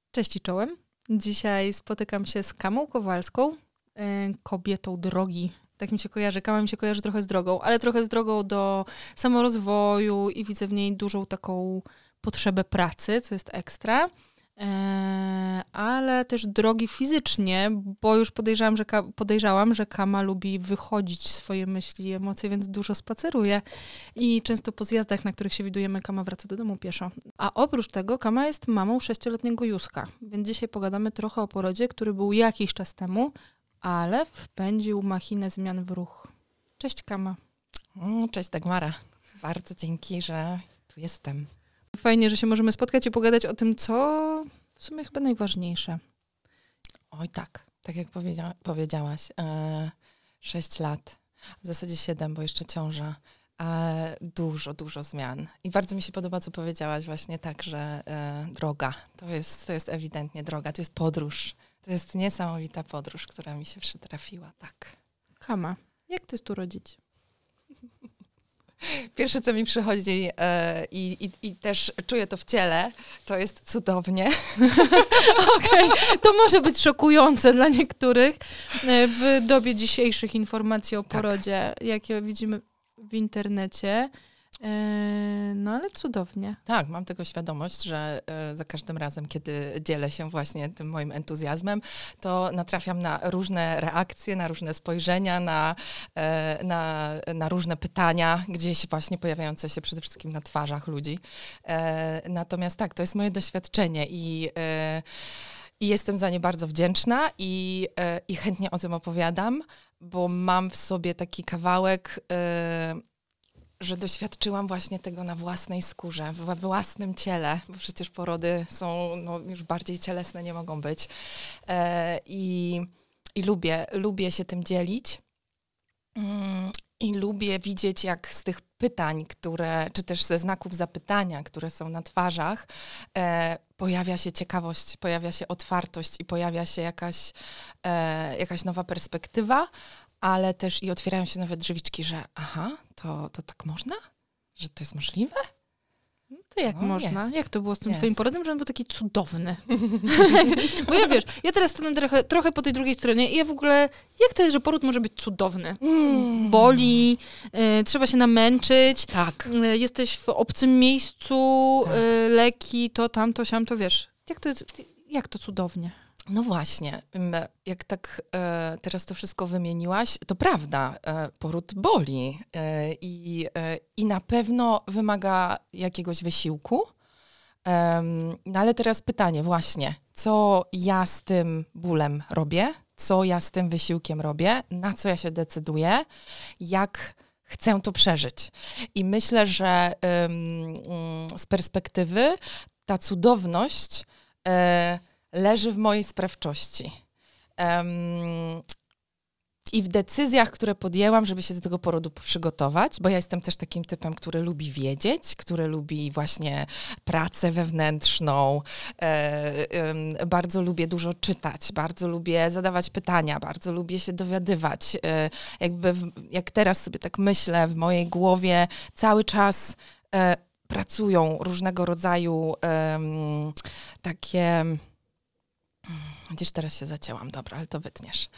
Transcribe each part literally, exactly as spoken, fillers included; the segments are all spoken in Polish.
Cześć i czołem. Dzisiaj spotykam się z Kamą Kowalską, kobietą drogi. Tak mi się kojarzy. Kama mi się kojarzy trochę z drogą, ale trochę z drogą do samorozwoju i widzę w niej dużą taką potrzebę pracy, co jest ekstra. Ale też drogi fizycznie, bo już podejrzałam, że, podejrzałam, że Kama lubi wychodzić swoje myśli i emocje, więc dużo spaceruje. I często po zjazdach, na których się widujemy, Kama wraca do domu pieszo. A oprócz tego Kama jest mamą sześcioletniego Józka, więc dzisiaj pogadamy trochę o porodzie, który był jakiś czas temu, ale wpędził machinę zmian w ruch. Cześć Kama. Cześć Dagmara. Bardzo dzięki, że tu jestem. Fajnie, że się możemy spotkać i pogadać o tym, co w sumie chyba najważniejsze. Oj tak, tak jak powiedzia- powiedziałaś. E, sześć lat, w zasadzie siedem, bo jeszcze ciąża. E, dużo, dużo zmian. I bardzo mi się podoba, co powiedziałaś właśnie tak, że e, droga. To jest, to jest ewidentnie droga, to jest podróż. To jest niesamowita podróż, która mi się przytrafiła, tak. Kama, jak to jest urodzić? Pierwsze, co mi przychodzi e, i, i, i też czuję to w ciele, to jest cudownie. Okej, okay. To może być szokujące dla niektórych w dobie dzisiejszych informacji o porodzie, tak, jakie widzimy w internecie. No ale cudownie. Tak, mam tego świadomość, że za każdym razem, kiedy dzielę się właśnie tym moim entuzjazmem, to natrafiam na różne reakcje, na różne spojrzenia, na, na, na różne pytania, gdzieś właśnie pojawiające się przede wszystkim na twarzach ludzi. Natomiast tak, to jest moje doświadczenie i I jestem za nie bardzo wdzięczna i, i chętnie o tym opowiadam, bo mam w sobie taki kawałek, że doświadczyłam właśnie tego na własnej skórze, we własnym ciele, bo przecież porody są no, już bardziej cielesne, nie mogą być. E, i, I lubię, lubię się tym dzielić. Mm, I lubię widzieć, jak z tych pytań, które, czy też ze znaków zapytania, które są na twarzach, e, pojawia się ciekawość, pojawia się otwartość i pojawia się jakaś, e, jakaś nowa perspektywa, ale też i otwierają się nowe drzwiczki, że aha, to, to tak można? Że to jest możliwe? No to jak no, można? Jest. Jak to było z tym jest. twoim porodem, że on był taki cudowny? Bo ja wiesz, ja teraz stanę trochę, trochę po tej drugiej stronie i ja w ogóle, jak to jest, że poród może być cudowny? Mm. Boli, y, trzeba się namęczyć, tak. y, jesteś w obcym miejscu, tak. y, leki, to, tamto, siamto, wiesz. Jak to, jest, jak to cudownie? No właśnie, jak tak e, teraz to wszystko wymieniłaś, to prawda, e, poród boli e, i, e, i na pewno wymaga jakiegoś wysiłku. E, no ale teraz pytanie właśnie, co ja z tym bólem robię, co ja z tym wysiłkiem robię, na co ja się decyduję, jak chcę to przeżyć. I myślę, że ym, z perspektywy ta cudowność e, leży w mojej sprawczości. Um, I w decyzjach, które podjęłam, żeby się do tego porodu przygotować, bo ja jestem też takim typem, który lubi wiedzieć, który lubi właśnie pracę wewnętrzną, e, e, bardzo lubię dużo czytać, bardzo lubię zadawać pytania, bardzo lubię się dowiadywać. E, jakby w, jak teraz sobie tak myślę, w mojej głowie cały czas e, pracują różnego rodzaju e, takie... Gdzieś teraz się zacięłam, dobra, ale to wytniesz.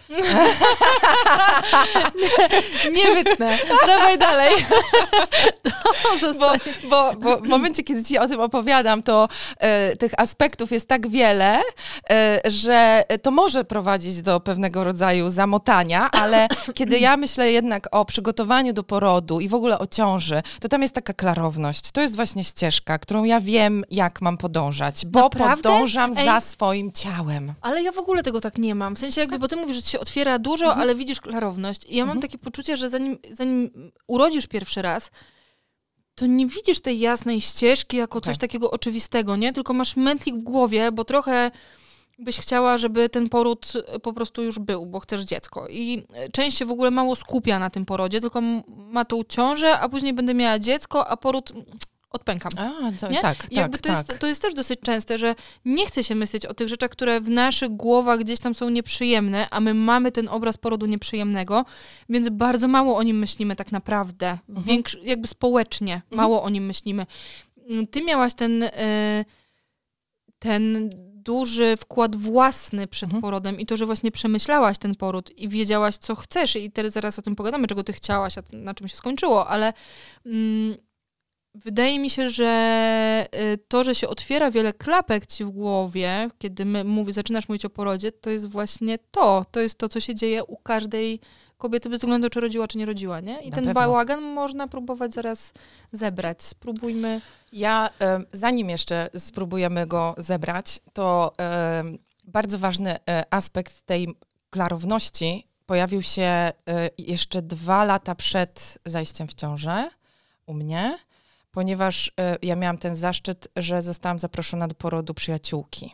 nie, nie wytnę. Dawaj dalej. bo, bo, bo w momencie, kiedy ci o tym opowiadam, to e, tych aspektów jest tak wiele, e, że to może prowadzić do pewnego rodzaju zamotania, ale kiedy ja myślę jednak o przygotowaniu do porodu i w ogóle o ciąży, to tam jest taka klarowność. To jest właśnie ścieżka, którą ja wiem, jak mam podążać, bo Naprawdę? podążam Ej. za swoim ciałem. Ale ja w ogóle tego tak nie mam. W sensie jakby, bo ty mówisz, że ci się otwiera dużo, mhm. ale widzisz klarowność. I ja mam mhm. takie poczucie, że zanim, zanim urodzisz pierwszy raz, to nie widzisz tej jasnej ścieżki jako okay. coś takiego oczywistego, nie? Tylko masz mętlik w głowie, bo trochę byś chciała, żeby ten poród po prostu już był, bo chcesz dziecko. I część się w ogóle mało skupia na tym porodzie, tylko ma tą ciążę, a później będę miała dziecko, a poród... odpękam. A, to, nie? tak, I jakby tak, to, tak. Jest, to jest też dosyć częste, że nie chce się myśleć o tych rzeczach, które w naszych głowach gdzieś tam są nieprzyjemne, a my mamy ten obraz porodu nieprzyjemnego, więc bardzo mało o nim myślimy tak naprawdę. Mhm. Większy, jakby społecznie mhm. mało o nim myślimy. Ty miałaś ten... Y- ten duży wkład własny przed mhm. porodem i to, że właśnie przemyślałaś ten poród i wiedziałaś, co chcesz i teraz zaraz o tym pogadamy, czego ty chciałaś, a na czym się skończyło, ale mm, wydaje mi się, że to, że się otwiera wiele klapek ci w głowie, kiedy my mówi, zaczynasz mówić o porodzie, to jest właśnie to. To jest to, co się dzieje u każdej kobiety bez względu, czy rodziła, czy nie rodziła, nie? I Na ten pewno. bałagan można próbować zaraz zebrać. Spróbujmy. Ja, y, zanim jeszcze spróbujemy go zebrać, to y, bardzo ważny y, aspekt tej klarowności pojawił się y, jeszcze dwa lata przed zajściem w ciążę u mnie, ponieważ y, ja miałam ten zaszczyt, że zostałam zaproszona do porodu przyjaciółki.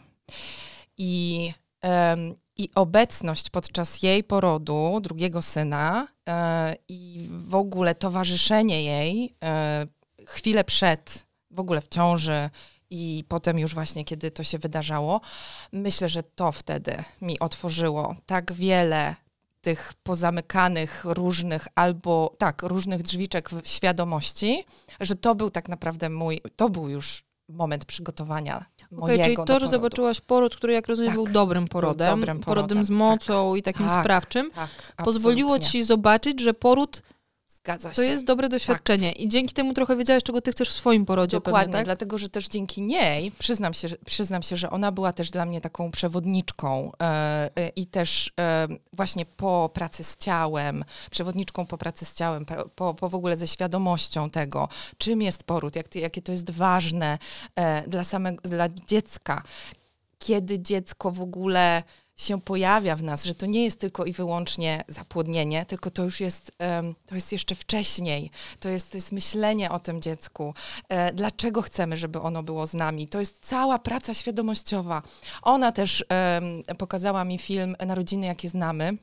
I, y, i obecność podczas jej porodu, drugiego syna y, i w ogóle towarzyszenie jej y, chwilę przed, w ogóle w ciąży i potem już właśnie, kiedy to się wydarzało, myślę, że to wtedy mi otworzyło tak wiele tych pozamykanych różnych albo tak, różnych drzwiczek w świadomości, że to był tak naprawdę mój, to był już moment przygotowania okay, mojego czyli to, do że porodu. Zobaczyłaś poród, który jak rozumiem tak, był dobrym porodem, był dobrym porodem, porodem z mocą tak, i takim tak, sprawczym, tak, pozwoliło absolutnie. ci zobaczyć, że poród Zgadza się. to jest dobre doświadczenie tak. i dzięki temu trochę wiedziałaś, czego ty chcesz w swoim porodzie. Dokładnie, pewnie, tak? dlatego, że też dzięki niej, przyznam się, przyznam się, że ona była też dla mnie taką przewodniczką e, e, i też e, właśnie po pracy z ciałem, przewodniczką po pracy z ciałem, po, po w ogóle ze świadomością tego, czym jest poród, jak to, jakie to jest ważne e, dla samego, dla dziecka, kiedy dziecko w ogóle się pojawia w nas, że to nie jest tylko i wyłącznie zapłodnienie, tylko to już jest, um, to jest jeszcze wcześniej. To jest, to jest myślenie o tym dziecku. E, dlaczego chcemy, żeby ono było z nami? To jest cała praca świadomościowa. Ona też um, pokazała mi film Narodziny, jakie znamy.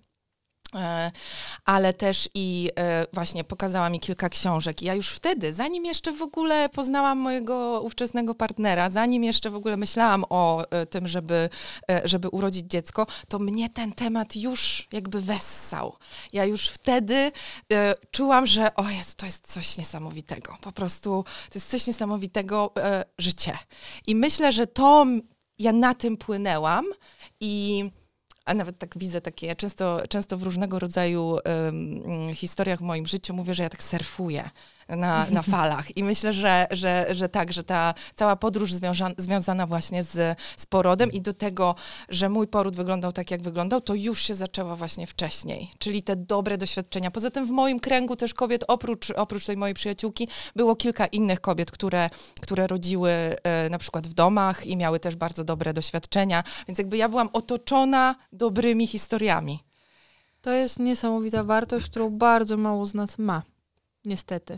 Ale też i właśnie pokazała mi kilka książek. I ja już wtedy, zanim jeszcze w ogóle poznałam mojego ówczesnego partnera, zanim jeszcze w ogóle myślałam o tym, żeby, żeby urodzić dziecko, to mnie ten temat już jakby wessał. Ja już wtedy czułam, że o Jezu, to jest coś niesamowitego. Po prostu to jest coś niesamowitego życie. I myślę, że to ja na tym płynęłam i a nawet tak widzę takie, ja często, często w różnego rodzaju um, historiach w moim życiu mówię, że ja tak surfuję na, na falach i myślę, że, że, że tak, że ta cała podróż związa, związana właśnie z, z porodem i do tego, że mój poród wyglądał tak, jak wyglądał, to już się zaczęła właśnie wcześniej, czyli te dobre doświadczenia. Poza tym w moim kręgu też kobiet, oprócz, oprócz tej mojej przyjaciółki, było kilka innych kobiet, które, które rodziły e, na przykład w domach i miały też bardzo dobre doświadczenia, więc jakby ja byłam otoczona dobrymi historiami. To jest niesamowita wartość, którą bardzo mało z nas ma. Niestety.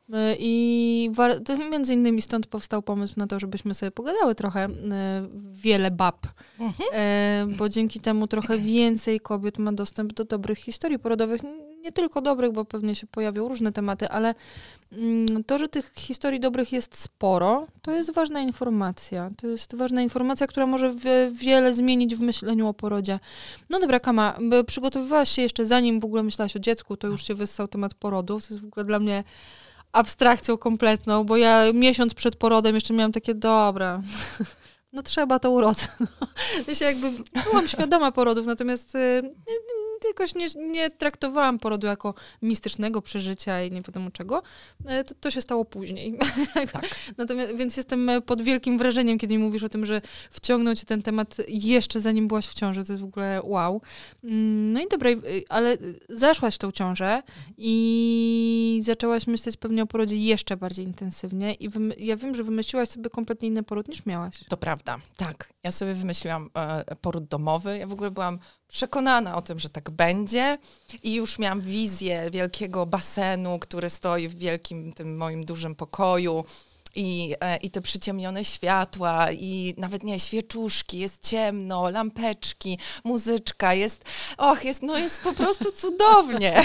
I między innymi stąd powstał pomysł na to, żebyśmy sobie pogadały trochę wiele bab, mhm. bo dzięki temu trochę więcej kobiet ma dostęp do dobrych historii porodowych. Nie tylko dobrych, bo pewnie się pojawią różne tematy, ale to, że tych historii dobrych jest sporo, to jest ważna informacja. To jest ważna informacja, która może wiele zmienić w myśleniu o porodzie. No dobra, Kama, przygotowywałaś się jeszcze, zanim w ogóle myślałaś o dziecku, to już się wyssał temat porodów. To jest w ogóle dla mnie abstrakcją kompletną, bo ja miesiąc przed porodem jeszcze miałam takie, dobra, no trzeba to urodzę. Ja się jakby byłam świadoma porodów, natomiast jakoś nie, nie traktowałam porodu jako mistycznego przeżycia i nie wiadomo czego. To, to się stało później. Tak. Natomiast, więc jestem pod wielkim wrażeniem, kiedy mówisz o tym, że wciągnął cię ten temat jeszcze zanim byłaś w ciąży. To jest w ogóle wow. No i dobra, ale zaszłaś w tą ciążę i zaczęłaś myśleć pewnie o porodzie jeszcze bardziej intensywnie i wymy- ja wiem, że wymyśliłaś sobie kompletnie inny poród niż miałaś. To prawda, tak. Ja sobie wymyśliłam e, poród domowy. Ja w ogóle byłam przekonana o tym, że tak będzie i już miałam wizję wielkiego basenu, który stoi w wielkim tym moim dużym pokoju i, e, i te przyciemnione światła i nawet nie, świeczuszki, jest ciemno, lampeczki, muzyczka, jest, och, jest, no jest po prostu cudownie.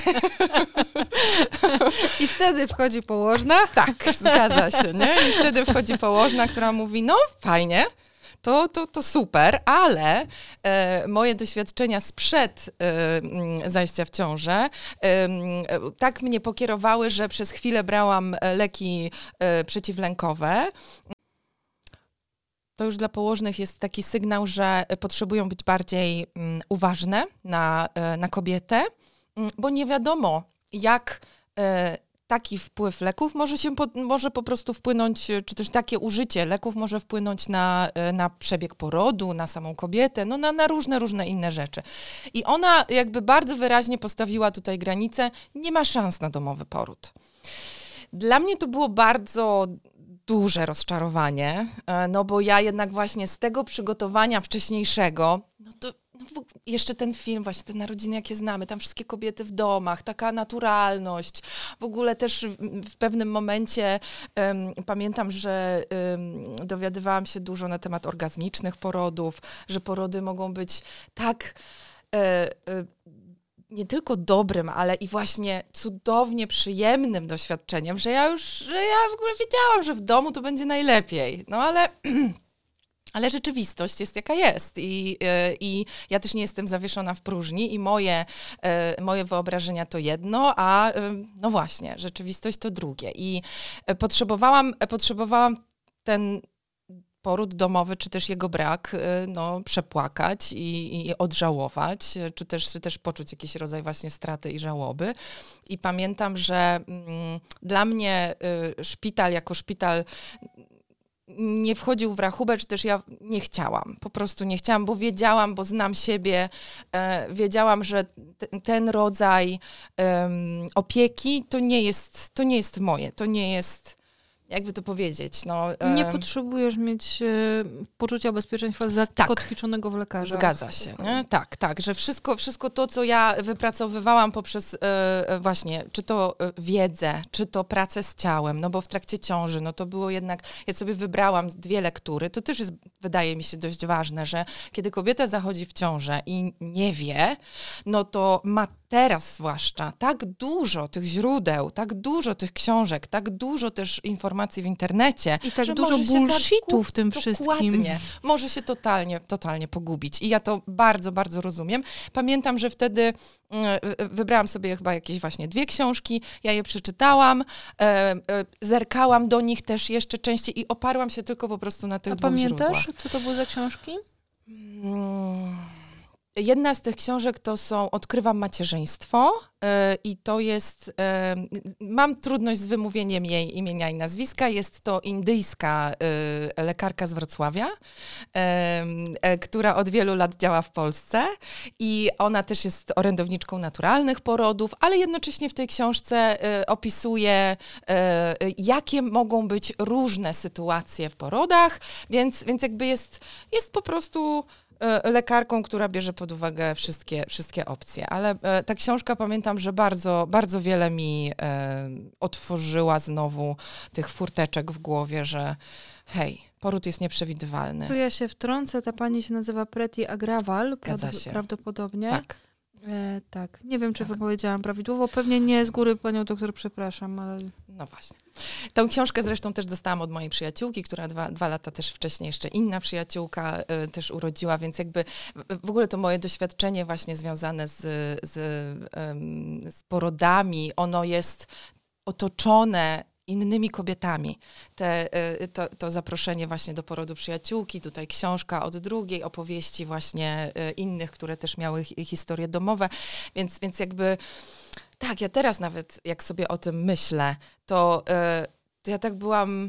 I wtedy wchodzi położna? Tak, zgadza się, nie? I wtedy wchodzi położna, która mówi, no fajnie, To, to, to super, ale e, moje doświadczenia sprzed e, zajścia w ciążę e, tak mnie pokierowały, że przez chwilę brałam leki e, przeciwlękowe. to już dla położnych jest taki sygnał, że potrzebują być bardziej um, uważne na, na kobietę, um, bo nie wiadomo, jak e, taki wpływ leków może się po, może po prostu wpłynąć, czy też takie użycie leków może wpłynąć na, na przebieg porodu, na samą kobietę, no na, na różne, różne inne rzeczy. I ona jakby bardzo wyraźnie postawiła tutaj granicę, nie ma szans na domowy poród. Dla mnie to było bardzo duże rozczarowanie, no bo ja jednak właśnie z tego przygotowania wcześniejszego, no to no jeszcze ten film, właśnie te narodziny, jakie znamy, tam wszystkie kobiety w domach, taka naturalność. W ogóle też w pewnym momencie um, pamiętam, że um, dowiadywałam się dużo na temat orgazmicznych porodów, że porody mogą być tak e, e, nie tylko dobrym, ale i właśnie cudownie przyjemnym doświadczeniem, że ja już, że ja w ogóle wiedziałam, że w domu to będzie najlepiej. No ale... Ale rzeczywistość jest jaka jest i, i ja też nie jestem zawieszona w próżni i moje, moje wyobrażenia to jedno, a no właśnie, rzeczywistość to drugie. I potrzebowałam, potrzebowałam ten poród domowy, czy też jego brak, no, przepłakać i, i odżałować, czy też, czy też poczuć jakiś rodzaj właśnie straty i żałoby. I pamiętam, że mm, dla mnie y, szpital jako szpital nie wchodził w rachubę, czy też ja nie chciałam. Po prostu nie chciałam, bo wiedziałam, bo znam siebie, e, wiedziałam, że t- ten rodzaj e, opieki to nie jest, to nie jest moje, to nie jest, jakby to powiedzieć. No, e, nie potrzebujesz mieć e, poczucia bezpieczeństwa zakotwiczonego tak, w lekarza. Zgadza się. Nie? Tak, tak, że wszystko, wszystko to, co ja wypracowywałam poprzez e, właśnie, czy to wiedzę, czy to pracę z ciałem, no bo w trakcie ciąży, no to było jednak, ja sobie wybrałam dwie lektury, to też jest, wydaje mi się, dość ważne, że kiedy kobieta zachodzi w ciążę i nie wie, no to ma teraz zwłaszcza tak dużo tych źródeł, tak dużo tych książek, tak dużo też informacji w internecie. I tak że dużo bullshitu w tym wszystkim. Dokładnie. Może się totalnie, totalnie pogubić. I ja to bardzo, bardzo rozumiem. Pamiętam, że wtedy wybrałam sobie chyba jakieś właśnie dwie książki, ja je przeczytałam, e, e, zerkałam do nich też jeszcze częściej i oparłam się tylko po prostu na tych A dwóch pamiętasz, źródłach. co to były za książki? Hmm. Jedna z tych książek to są Odkrywam macierzyństwo yy, i to jest, yy, mam trudność z wymówieniem jej imienia i nazwiska, jest to indyjska yy, lekarka z Wrocławia, yy, yy, która od wielu lat działa w Polsce i ona też jest orędowniczką naturalnych porodów, ale jednocześnie w tej książce yy, opisuje, yy, jakie mogą być różne sytuacje w porodach, więc, więc jakby jest, jest po prostu lekarką, która bierze pod uwagę wszystkie, wszystkie opcje. Ale e, ta książka, pamiętam, że bardzo, bardzo wiele mi e, otworzyła znowu tych furteczek w głowie, że hej, poród jest nieprzewidywalny. Tu ja się wtrącę, ta pani się nazywa Preti Agrawal, prawd- prawdopodobnie. Tak. E, tak, nie wiem, czy tak. wypowiedziałam prawidłowo, pewnie nie z góry panią doktor, przepraszam, ale... No właśnie. Tą książkę zresztą też dostałam od mojej przyjaciółki, która dwa, dwa lata też wcześniej jeszcze inna przyjaciółka y, też urodziła, więc jakby w, w ogóle to moje doświadczenie właśnie związane z, z, ym, z porodami, ono jest otoczone innymi kobietami. Te, to, to zaproszenie właśnie do porodu przyjaciółki, tutaj książka od drugiej, opowieści właśnie innych, które też miały historie domowe, więc, więc jakby tak, ja teraz nawet jak sobie o tym myślę, to, to ja tak byłam,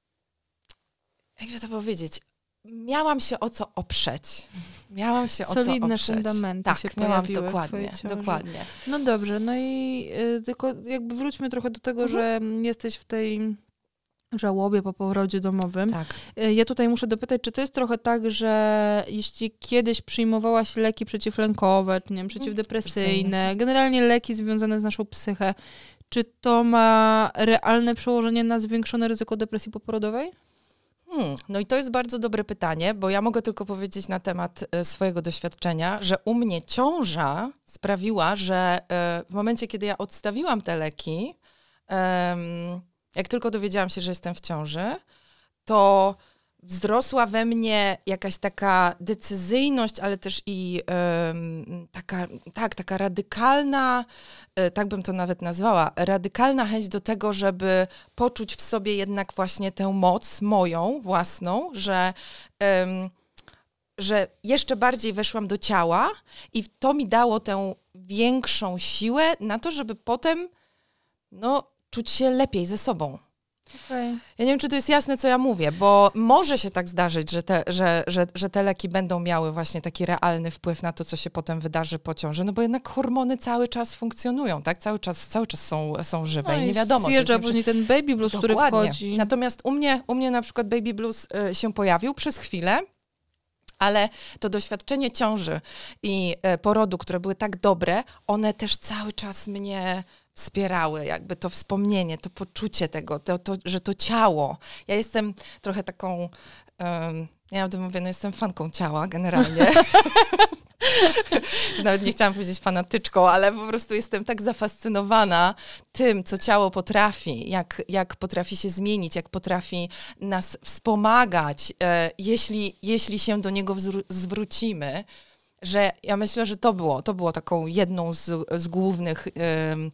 jakby to powiedzieć, miałam się o co oprzeć. Miałam się o co oprzeć. Solidne fundamenty tak, się miałam pojawiły dokładnie, w twojej dokładnie. No dobrze, no i y, tylko jakby wróćmy trochę do tego, mhm. że jesteś w tej żałobie po porodzie domowym. Tak. Y, ja tutaj muszę dopytać, czy to jest trochę tak, że jeśli kiedyś przyjmowałaś leki przeciwlękowe, czy nie wiem, przeciwdepresyjne, generalnie leki związane z naszą psychę, czy to ma realne przełożenie na zwiększone ryzyko depresji poporodowej? Hmm, no i to jest bardzo dobre pytanie, bo ja mogę tylko powiedzieć na temat e, swojego doświadczenia, że u mnie ciąża sprawiła, że e, w momencie, kiedy ja odstawiłam te leki, e, jak tylko dowiedziałam się, że jestem w ciąży, to wzrosła we mnie jakaś taka decyzyjność, ale też i um, taka, tak, taka radykalna, y, tak bym to nawet nazwała, radykalna chęć do tego, żeby poczuć w sobie jednak właśnie tę moc moją, własną, że, um, że jeszcze bardziej weszłam do ciała i to mi dało tę większą siłę na to, żeby potem no, czuć się lepiej ze sobą. Okay. Ja nie wiem, czy to jest jasne, co ja mówię, bo może się tak zdarzyć, że te, że, że, że te leki będą miały właśnie taki realny wpływ na to, co się potem wydarzy po ciąży, no bo jednak hormony cały czas funkcjonują, tak? Cały czas, cały czas są, są żywe no i nie wiadomo. Zjeżdża później ten baby blues, który wchodzi. Natomiast u mnie, u mnie na przykład baby blues y, się pojawił przez chwilę, ale to doświadczenie ciąży i y, porodu, które były tak dobre, one też cały czas mnie wspierały, jakby to wspomnienie, to poczucie tego, to, to, że to ciało. Ja jestem trochę taką, um, ja o tym mówię, no jestem fanką ciała generalnie. Nawet nie chciałam powiedzieć fanatyczką, ale po prostu jestem tak zafascynowana tym, co ciało potrafi, jak, jak potrafi się zmienić, jak potrafi nas wspomagać, e, jeśli, jeśli się do niego wzru- zwrócimy, że ja myślę, że to było, to było taką jedną z, z głównych um,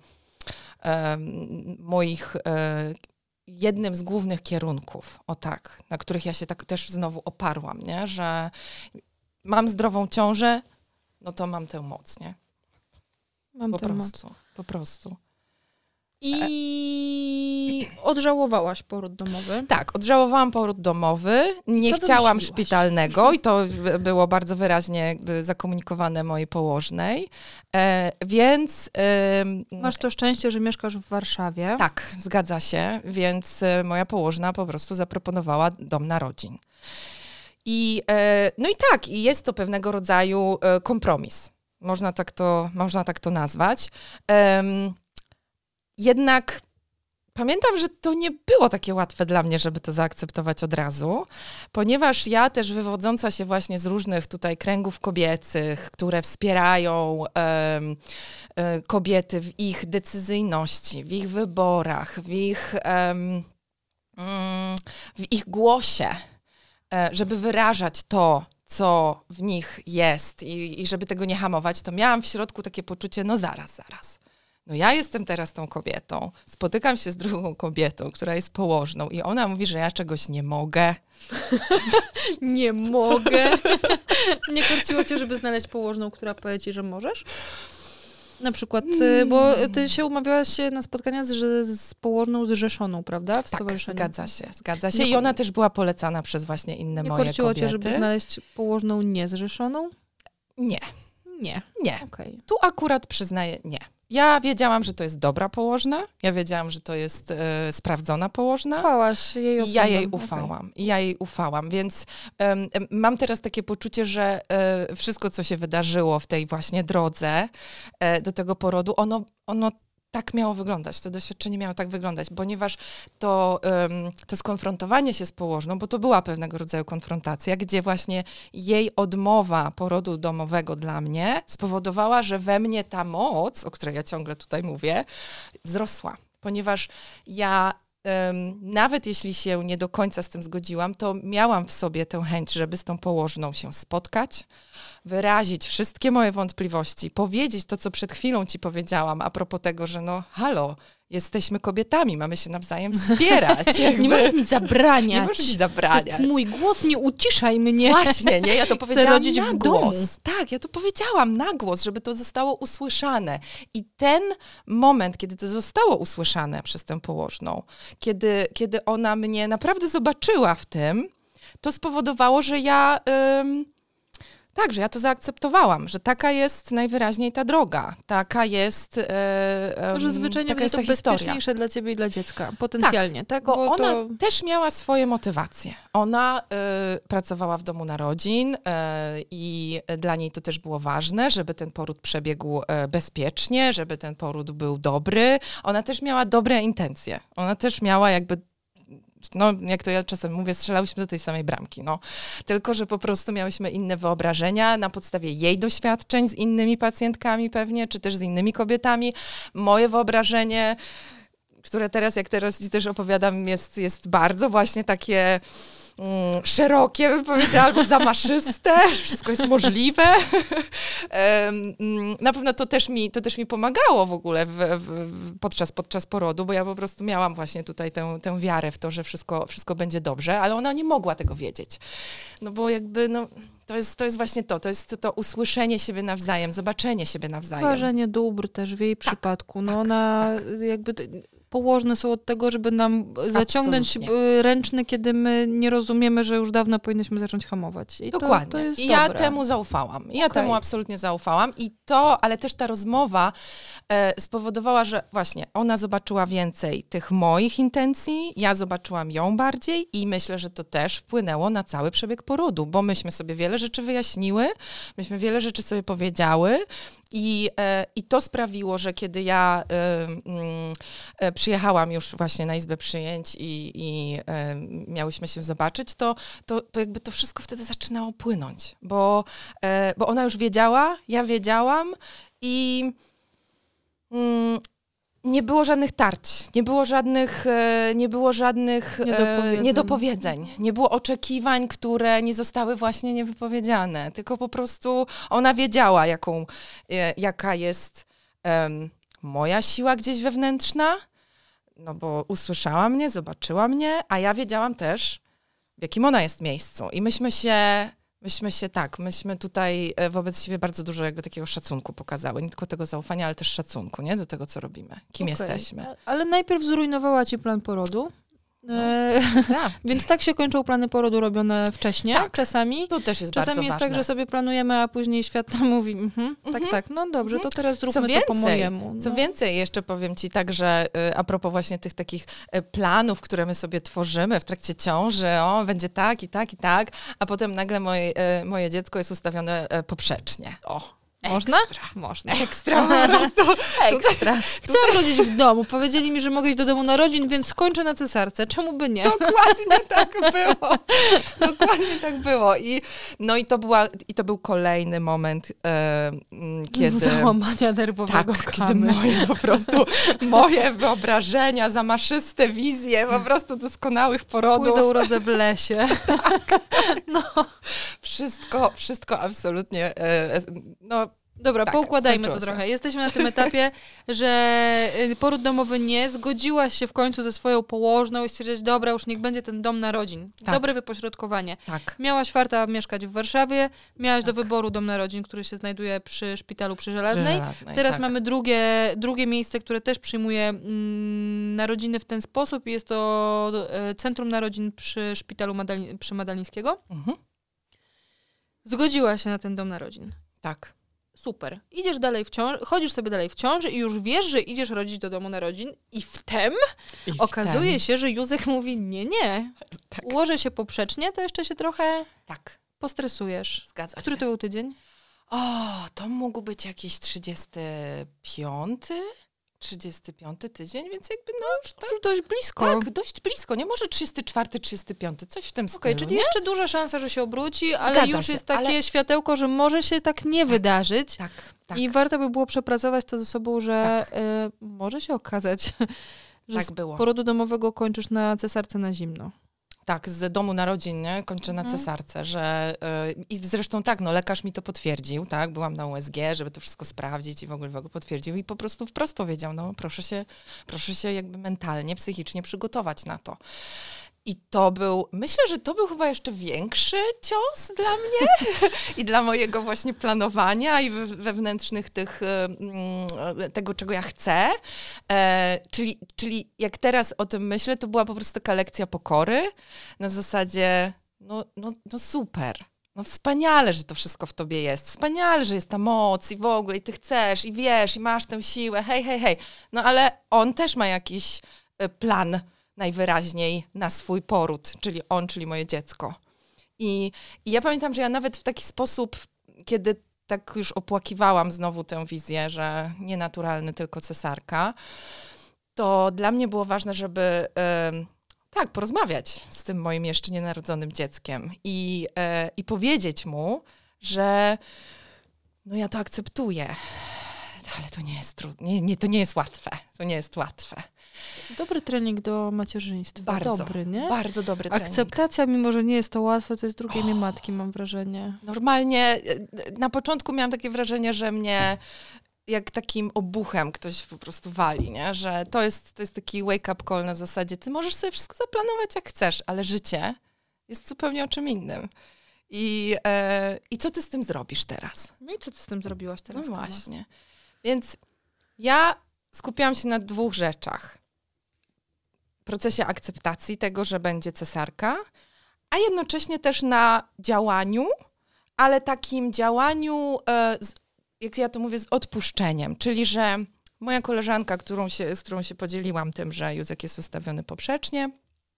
moich, jednym z głównych kierunków, o tak, na których ja się tak też znowu oparłam, nie? Że mam zdrową ciążę, no to mam tę moc, nie? Mam po tę prostu, moc. Po prostu. I odżałowałaś poród domowy? Tak, odżałowałam poród domowy, nie Co chciałam wymyśliłaś? szpitalnego i to było bardzo wyraźnie jakby zakomunikowane mojej położnej, e, więc... E, Masz to szczęście, że mieszkasz w Warszawie. Tak, zgadza się, więc e, moja położna po prostu zaproponowała dom narodzin. I, e, no i tak, i jest to pewnego rodzaju e, kompromis, można tak to, można tak to nazwać. E, jednak... Pamiętam, że to nie było takie łatwe dla mnie, żeby to zaakceptować od razu, ponieważ ja też wywodząca się właśnie z różnych tutaj kręgów kobiecych, które wspierają um, um, kobiety w ich decyzyjności, w ich wyborach, w ich, um, um, w ich głosie, um, żeby wyrażać to, co w nich jest i, i żeby tego nie hamować, to miałam w środku takie poczucie, no zaraz, zaraz. No ja jestem teraz tą kobietą, spotykam się z drugą kobietą, która jest położną i ona mówi, że ja czegoś nie mogę. Nie mogę. Nie korciło cię, żeby znaleźć położną, która powie ci, że możesz? Na przykład, bo ty się umawiałaś na spotkania z, z położną zrzeszoną, prawda? W tak, stowarzyszeniu. zgadza się, zgadza się. I ona też była polecana przez właśnie inne nie moje kobiety. Nie korciło cię, żeby znaleźć położną niezrzeszoną? Nie. Nie. Nie. Okay. Tu akurat przyznaję nie. Ja wiedziałam, że to jest dobra położna, ja wiedziałam, że to jest e, sprawdzona położna. Ufałaś jej osobom. I ja jej ufałam. Okay. I ja jej ufałam, więc um, mam teraz takie poczucie, że e, wszystko, co się wydarzyło w tej właśnie drodze e, do tego porodu, ono, ono tak miało wyglądać, to doświadczenie miało tak wyglądać, ponieważ to, um, to skonfrontowanie się z położną, bo to była pewnego rodzaju konfrontacja, gdzie właśnie jej odmowa porodu domowego dla mnie spowodowała, że we mnie ta moc, o której ja ciągle tutaj mówię, wzrosła, ponieważ ja um, nawet jeśli się nie do końca z tym zgodziłam, to miałam w sobie tę chęć, żeby z tą położną się spotkać, wyrazić wszystkie moje wątpliwości, powiedzieć to, co przed chwilą ci powiedziałam a propos tego, że no halo, jesteśmy kobietami, mamy się nawzajem wspierać. Jakby. Nie możesz mi zabraniać. Nie możesz mi zabraniać. To jest mój głos, nie uciszaj mnie. Właśnie, nie, ja to powiedziałam na w głos. domu. Tak, ja to powiedziałam na głos, żeby to zostało usłyszane. I ten moment, kiedy to zostało usłyszane przez tę położną, kiedy, kiedy ona mnie naprawdę zobaczyła w tym, to spowodowało, że ja... Ym, Tak, że ja to zaakceptowałam, że taka jest najwyraźniej ta droga, taka jest e, um, Że zwyczajnie taka będzie jest to ta historia. bezpieczniejsze dla ciebie i dla dziecka, potencjalnie, tak? tak? Bo, Bo ona to... też miała swoje motywacje. Ona y, pracowała w domu narodzin y, i dla niej to też było ważne, żeby ten poród przebiegł y, bezpiecznie, żeby ten poród był dobry. Ona też miała dobre intencje. Ona też miała jakby no, jak to ja czasem mówię, strzelałyśmy do tej samej bramki, no. Tylko, że po prostu miałyśmy inne wyobrażenia na podstawie jej doświadczeń z innymi pacjentkami pewnie, czy też z innymi kobietami. Moje wyobrażenie, które teraz, jak teraz ci też opowiadam, jest, jest bardzo właśnie takie mm, szerokie, bym powiedziała, albo zamaszyste, wszystko jest możliwe. Na pewno to też mi, to też mi pomagało w ogóle w, w, podczas, podczas porodu, bo ja po prostu miałam właśnie tutaj tę, tę wiarę w to, że wszystko, wszystko będzie dobrze, ale ona nie mogła tego wiedzieć. No bo jakby, no, to jest, to jest właśnie to, to jest to usłyszenie siebie nawzajem, zobaczenie siebie nawzajem. Ważenie dóbr też w jej tak, przypadku. No tak, ona tak. jakby położne są od tego, żeby nam zaciągnąć Absolutnie. ręczny, kiedy my nie rozumiemy, że już dawno powinniśmy zacząć hamować. I Dokładnie. To, to jest I dobre. ja temu zaufałam. Ja okay. temu absolutnie zaufałam. I to, ale też ta rozmowa e, spowodowała, że właśnie ona zobaczyła więcej tych moich intencji, ja zobaczyłam ją bardziej i myślę, że to też wpłynęło na cały przebieg porodu, bo myśmy sobie wiele rzeczy wyjaśniły, myśmy wiele rzeczy sobie powiedziały i, e, i to sprawiło, że kiedy ja e, e, przyjechałam już właśnie na izbę przyjęć i, i e, miałyśmy się zobaczyć, to, to, to jakby to wszystko wtedy zaczynało płynąć, bo, e, bo ona już wiedziała, ja wiedziałam i mm, nie było żadnych tarć, nie było żadnych, e, nie było żadnych niedopowiedzeń. E, niedopowiedzeń, nie było oczekiwań, które nie zostały właśnie niewypowiedziane, tylko po prostu ona wiedziała, jaką, e, jaka jest e, moja siła gdzieś wewnętrzna, no bo usłyszała mnie, zobaczyła mnie, a ja wiedziałam też, w jakim ona jest miejscu. I myśmy się, myśmy się tak, myśmy tutaj wobec siebie bardzo dużo jakby takiego szacunku pokazały. Nie tylko tego zaufania, ale też szacunku, nie? Do tego, co robimy. Kim okay. jesteśmy. Ale najpierw zrujnowała ci plan porodu. No, e, tak. Więc tak się kończą plany porodu robione wcześniej, tak. czasami. To też jest czasami bardzo jest ważne. tak, że sobie planujemy, a później świat nam mówi, mhm, tak, mhm. tak, no dobrze, to teraz zróbmy co więcej, to po mojemu. No. Co więcej, jeszcze powiem ci tak, że y, a propos właśnie tych takich y, planów, które my sobie tworzymy w trakcie ciąży, o, będzie tak i tak i tak, a potem nagle moje, y, moje dziecko jest ustawione y, poprzecznie. O. Można? Ekstra. Można. Ekstra po prostu. Ekstra. Chciałam rodzić w domu. Powiedzieli mi, że mogę iść do domu narodzin, więc skończę na cesarce. Czemu by nie? Dokładnie tak było. Dokładnie tak było. I, no i to, była, i to był kolejny moment, e, kiedy... Załamania nerwowego tak, kamy. kiedy moje po prostu, moje wyobrażenia, zamaszyste wizje po prostu doskonałych porodów. Pójdę urodzę w lesie. tak, tak. No. Wszystko, wszystko absolutnie, e, no... Dobra, tak, poukładajmy to trochę. Jesteśmy na tym etapie, że poród domowy nie, zgodziłaś się w końcu ze swoją położną i stwierdziłaś, dobra, już niech będzie ten dom narodzin. Tak. Dobre wypośrodkowanie. Tak. Miałaś farta mieszkać w Warszawie, miałaś tak. do wyboru dom narodzin, który się znajduje przy szpitalu przy Żelaznej. Żelaznej Teraz tak. mamy drugie, drugie miejsce, które też przyjmuje mm, narodziny w ten sposób i jest to e, Centrum Narodzin przy szpitalu Madali- przy Madalińskiego. Mhm. Zgodziłaś się na ten dom narodzin. Tak. Super. Idziesz dalej w ciąży, chodzisz sobie dalej w ciąży i już wiesz, że idziesz rodzić do domu narodzin i wtem I okazuje wtem. się, że Józek mówi nie, nie. Tak. Ułożę się poprzecznie, to jeszcze się trochę tak. postresujesz. Zgadza Który się. to był tydzień? O, to mógł być jakiś trzydziesty piąty? trzydziesty piąty tydzień, więc jakby no już tak, już dość blisko. Tak, dość blisko. Nie może trzydziesty czwarty, trzydziesty piąty, coś w tym stylu. Okej, czyli nie? jeszcze duża szansa, że się obróci, Zgadza ale już się, jest takie ale... światełko, że może się tak nie tak, wydarzyć. Tak, tak. I warto by było przepracować to ze sobą, że tak. y, może się okazać, że tak było. z porodu domowego kończysz na cesarce na zimno. Tak, z domu narodzin, nie? Kończę na mhm. cesarce, że yy, i zresztą tak, no lekarz mi to potwierdził, tak, byłam na U S G, żeby to wszystko sprawdzić i w ogóle, w ogóle potwierdził i po prostu wprost powiedział, no proszę się, proszę się jakby mentalnie, psychicznie przygotować na to. I to był, myślę, że to był chyba jeszcze większy cios dla mnie i dla mojego właśnie planowania i wewnętrznych tych, tego, czego ja chcę. E, czyli, czyli jak teraz o tym myślę, to była po prostu taka lekcja pokory na zasadzie, no, no, no super. No wspaniale, że to wszystko w tobie jest. Wspaniale, że jest ta moc i w ogóle i ty chcesz i wiesz i masz tę siłę. Hej, hej, hej. No ale on też ma jakiś plan najwyraźniej na swój poród, czyli on, czyli moje dziecko. I, I ja pamiętam, że ja nawet w taki sposób, kiedy tak już opłakiwałam znowu tę wizję, że nie naturalny, tylko cesarka, to dla mnie było ważne, żeby y, tak, porozmawiać z tym moim jeszcze nienarodzonym dzieckiem i, y, i powiedzieć mu, że no ja to akceptuję. ale to nie jest trudne, nie, nie, to nie jest łatwe, to nie jest łatwe. Dobry trening do macierzyństwa. Bardzo, dobry, nie? bardzo dobry trening. Akceptacja, mimo że nie jest to łatwe, to jest drugie imię matki, mam wrażenie. Normalnie na początku miałam takie wrażenie, że mnie jak takim obuchem ktoś po prostu wali, nie? Że to jest, to jest taki wake-up call na zasadzie, ty możesz sobie wszystko zaplanować jak chcesz, ale życie jest zupełnie o czym innym. I, e, i co ty z tym zrobisz teraz? No i co ty z tym zrobiłaś teraz? No właśnie. Więc ja skupiałam się na dwóch rzeczach. Procesie akceptacji tego, że będzie cesarka, a jednocześnie też na działaniu, ale takim działaniu, e, z, jak ja to mówię, z odpuszczeniem. Czyli, że moja koleżanka, którą się, z którą się podzieliłam tym, że Józek jest ustawiony poprzecznie,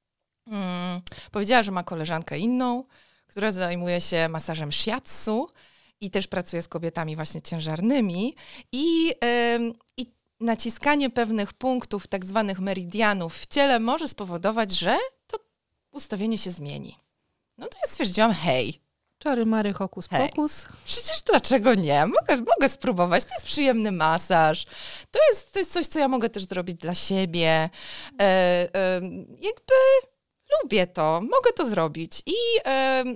mm, powiedziała, że ma koleżankę inną, która zajmuje się masażem shiatsu i też pracuje z kobietami właśnie ciężarnymi i, yy, i naciskanie pewnych punktów, tak zwanych meridianów w ciele może spowodować, że to ustawienie się zmieni. No to ja stwierdziłam, hej. Czary mary, hokus hej, pokus. Przecież dlaczego nie? Mogę, mogę spróbować. To jest przyjemny masaż. To jest, to jest coś, co ja mogę też zrobić dla siebie. E, e, jakby... Lubię to, mogę to zrobić. I e,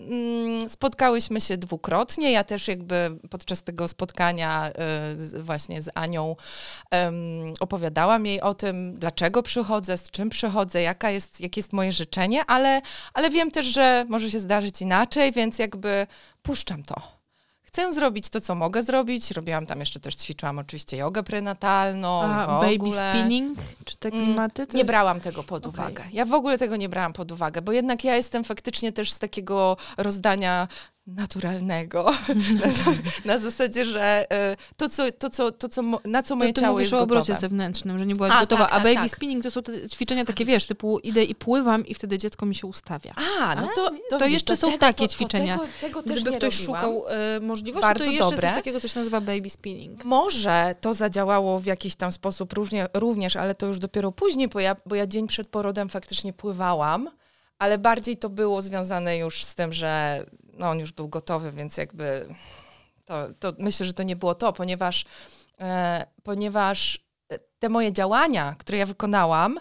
mm, spotkałyśmy się dwukrotnie. Ja też jakby podczas tego spotkania e, z, właśnie z Anią e, opowiadałam jej o tym, dlaczego przychodzę, z czym przychodzę, jaka jest, jakie jest moje życzenie, ale, ale wiem też, że może się zdarzyć inaczej, więc jakby puszczam to. Chcę zrobić to, co mogę zrobić. Robiłam tam jeszcze też, ćwiczyłam oczywiście jogę prenatalną. A w baby ogóle. spinning? Czy te klimaty? To nie jest... brałam tego pod okay. uwagę. Ja w ogóle tego nie brałam pod uwagę, bo jednak ja jestem faktycznie też z takiego rozdania naturalnego. na, na zasadzie, że to, co, to, co, to, co, na co moje to, ciało jest gotowe. Ty mówisz o obrocie gotowe. zewnętrznym, że nie byłaś A, gotowa. tak, a baby tak. spinning to są te ćwiczenia takie, wiesz, typu idę i pływam i wtedy dziecko mi się ustawia. A, no to, to, to widzisz, jeszcze to są tego, takie to, ćwiczenia. To tego, tego też Gdyby nie ktoś robiłam. szukał e, możliwości, Bardzo to jeszcze dobre. coś takiego, co się nazywa baby spinning. Może to zadziałało w jakiś tam sposób różnie, również, ale to już dopiero później, bo ja, bo ja dzień przed porodem faktycznie pływałam, ale bardziej to było związane już z tym, że no, on już był gotowy, więc jakby to, to myślę, że to nie było to, ponieważ, e, ponieważ te moje działania, które ja wykonałam,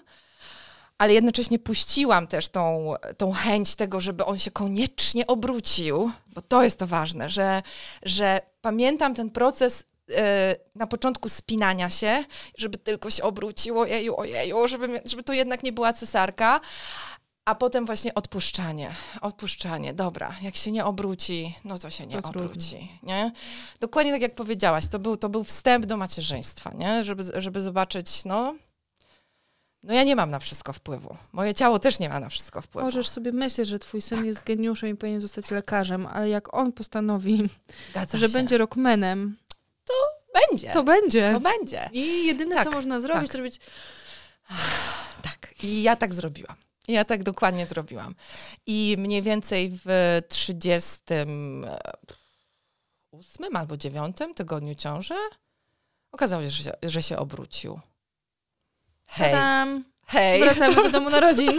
ale jednocześnie puściłam też tą, tą chęć tego, żeby on się koniecznie obrócił, bo to jest to ważne, że, że pamiętam ten proces e, na początku spinania się, żeby tylko się obróciło, ojeju, ojeju, żeby, żeby to jednak nie była cesarka, a potem właśnie odpuszczanie, odpuszczanie, dobra, jak się nie obróci, no to się nie to obróci, nie? Dokładnie tak jak powiedziałaś, to był, to był wstęp do macierzyństwa, nie? Żeby, żeby zobaczyć, no, no ja nie mam na wszystko wpływu, moje ciało też nie ma na wszystko wpływu. Możesz sobie myśleć, że twój syn tak. jest geniuszem i powinien zostać lekarzem, ale jak on postanowi, Zgadza że się. będzie rockmanem, to będzie, to będzie. to będzie. I jedyne, tak, co można zrobić, tak. to robić... Tak, i ja tak zrobiłam. Ja tak dokładnie zrobiłam. I mniej więcej w trzydziestym ósmym albo dziewiątym tygodniu ciąży okazało się, że się, że się obrócił. Hej. Tadam. Hej. Wracamy do domu narodzin.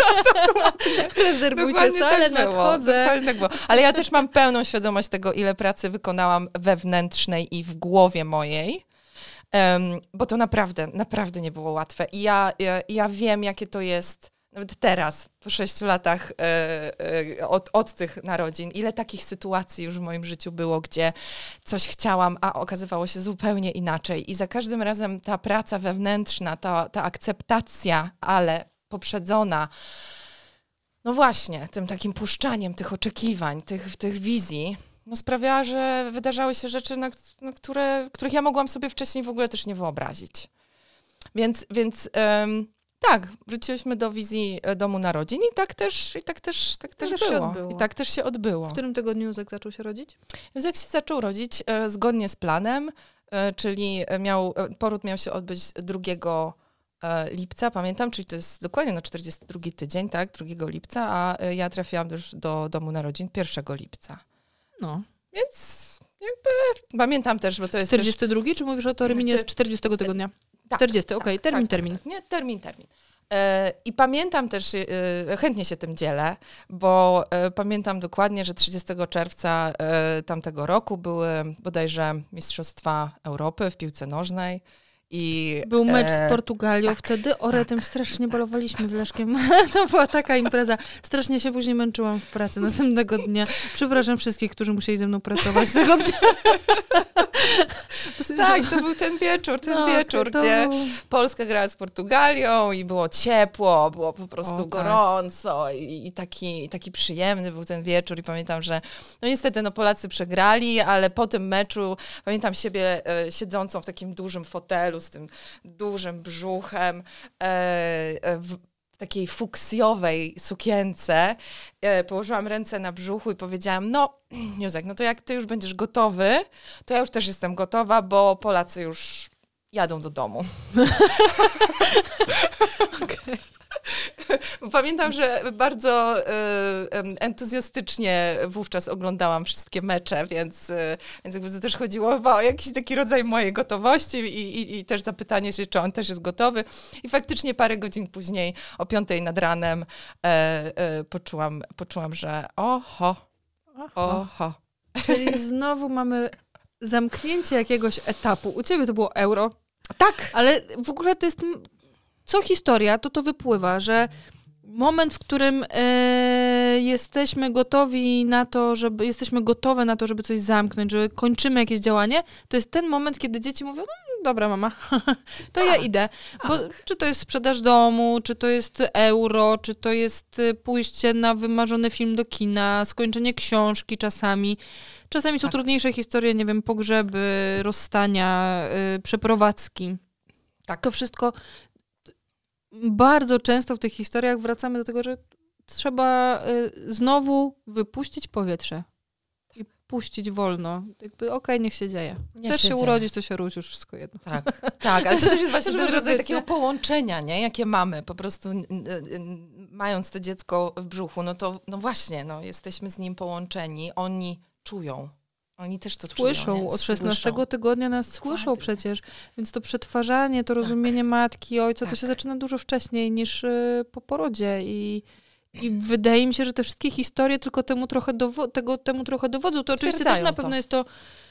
Rezerwujcie salę, tak było, nadchodzę. dokładnie tak było. Ale ja też mam pełną świadomość tego, ile pracy wykonałam wewnętrznej i w głowie mojej. Um, bo to naprawdę, naprawdę nie było łatwe. I ja, ja, ja wiem, jakie to jest, nawet teraz, po sześciu latach e, e, od, od tych narodzin, ile takich sytuacji już w moim życiu było, gdzie coś chciałam, a okazywało się zupełnie inaczej. I za każdym razem ta praca wewnętrzna, ta, ta akceptacja, ale poprzedzona, no właśnie, tym takim puszczaniem tych oczekiwań, tych, tych wizji, no sprawiała, że wydarzały się rzeczy, na, na które, których ja mogłam sobie wcześniej w ogóle też nie wyobrazić. Więc, więc um, tak, wróciłyśmy do wizji domu narodzin i tak też, i tak też, tak też, też było. się odbyło. I tak też się odbyło. W którym tygodniu Józek zaczął się rodzić? Józek się zaczął rodzić e, zgodnie z planem, e, czyli miał, e, poród miał się odbyć drugiego e, lipca, pamiętam, czyli to jest dokładnie na czterdziesty drugi tydzień, tak, drugiego lipca, a e, ja trafiłam już do domu narodzin pierwszego lipca. No. Więc jakby pamiętam też, bo to jest czterdziesty drugi, też... czy mówisz o terminie z czterdziestego tygodnia? Tak, czterdziesty, okej, okay. termin, tak, termin. Tak, tak. Nie, termin, termin. I pamiętam też, chętnie się tym dzielę, bo pamiętam dokładnie, że trzydziestego czerwca tamtego roku były bodajże Mistrzostwa Europy w piłce nożnej. I, Był mecz e, z Portugalią tak, wtedy. O, tak. tym strasznie balowaliśmy z Leszkiem. To była taka impreza. Strasznie się później męczyłam w pracy następnego dnia. Przepraszam wszystkich, którzy musieli ze mną pracować tego dnia. Tak, to był ten wieczór, ten no, wieczór, to gdzie był... Polska grała z Portugalią i było ciepło, było po prostu o, gorąco tak. i, i taki, taki przyjemny był ten wieczór i pamiętam, że no niestety no Polacy przegrali, ale po tym meczu pamiętam siebie e, siedzącą w takim dużym fotelu z tym dużym brzuchem, e, e, w, w takiej fuksjowej sukience. E, położyłam ręce na brzuchu i powiedziałam, no Józek, no to jak ty już będziesz gotowy, to ja już też jestem gotowa, bo Polacy już jadą do domu. Okay. Pamiętam, że bardzo y, entuzjastycznie wówczas oglądałam wszystkie mecze, więc, y, więc jakby to też chodziło chyba o jakiś taki rodzaj mojej gotowości i, i, i też zapytanie się, czy on też jest gotowy. I faktycznie parę godzin później, o piątej nad ranem, e, e, poczułam, poczułam, że oho, Oho. oho. Czyli znowu mamy zamknięcie jakiegoś etapu. U ciebie to było euro. Tak. Ale w ogóle to jest... Co historia, to to wypływa, że moment, w którym e, jesteśmy gotowi na to, żeby jesteśmy gotowe na to, żeby coś zamknąć, że kończymy jakieś działanie, to jest ten moment, kiedy dzieci mówią, no dobra mama, to tak, ja idę. Bo tak. Czy to jest sprzedaż domu, czy to jest euro, czy to jest pójście na wymarzony film do kina, skończenie książki czasami. Czasami są tak. trudniejsze historie, nie wiem, pogrzeby, rozstania, y, przeprowadzki. Tak. To wszystko... Bardzo często w tych historiach wracamy do tego, że trzeba y, znowu wypuścić powietrze i puścić wolno. Jakby okej, okay, niech się dzieje. Niech Chcesz się, się dzieje. urodzić, to się ródź, już wszystko jedno. Tak, tak, ale to też jest właśnie To ten może rodzaj być, takiego nie? połączenia, nie? Jakie mamy po prostu n- n- mając to dziecko w brzuchu, no to no właśnie, no, jesteśmy z nim połączeni, oni czują. Oni też to Słyszą, czują. Nie? od szesnastego Słyszą. tygodnia nas Dokładnie. słyszą przecież, więc to przetwarzanie, to rozumienie tak. matki, ojca, tak. to się zaczyna dużo wcześniej niż y, po porodzie i, i wydaje mi się, że te wszystkie historie tylko temu trochę, dowo- tego, temu trochę dowodzą. To oczywiście też na pewno to. jest to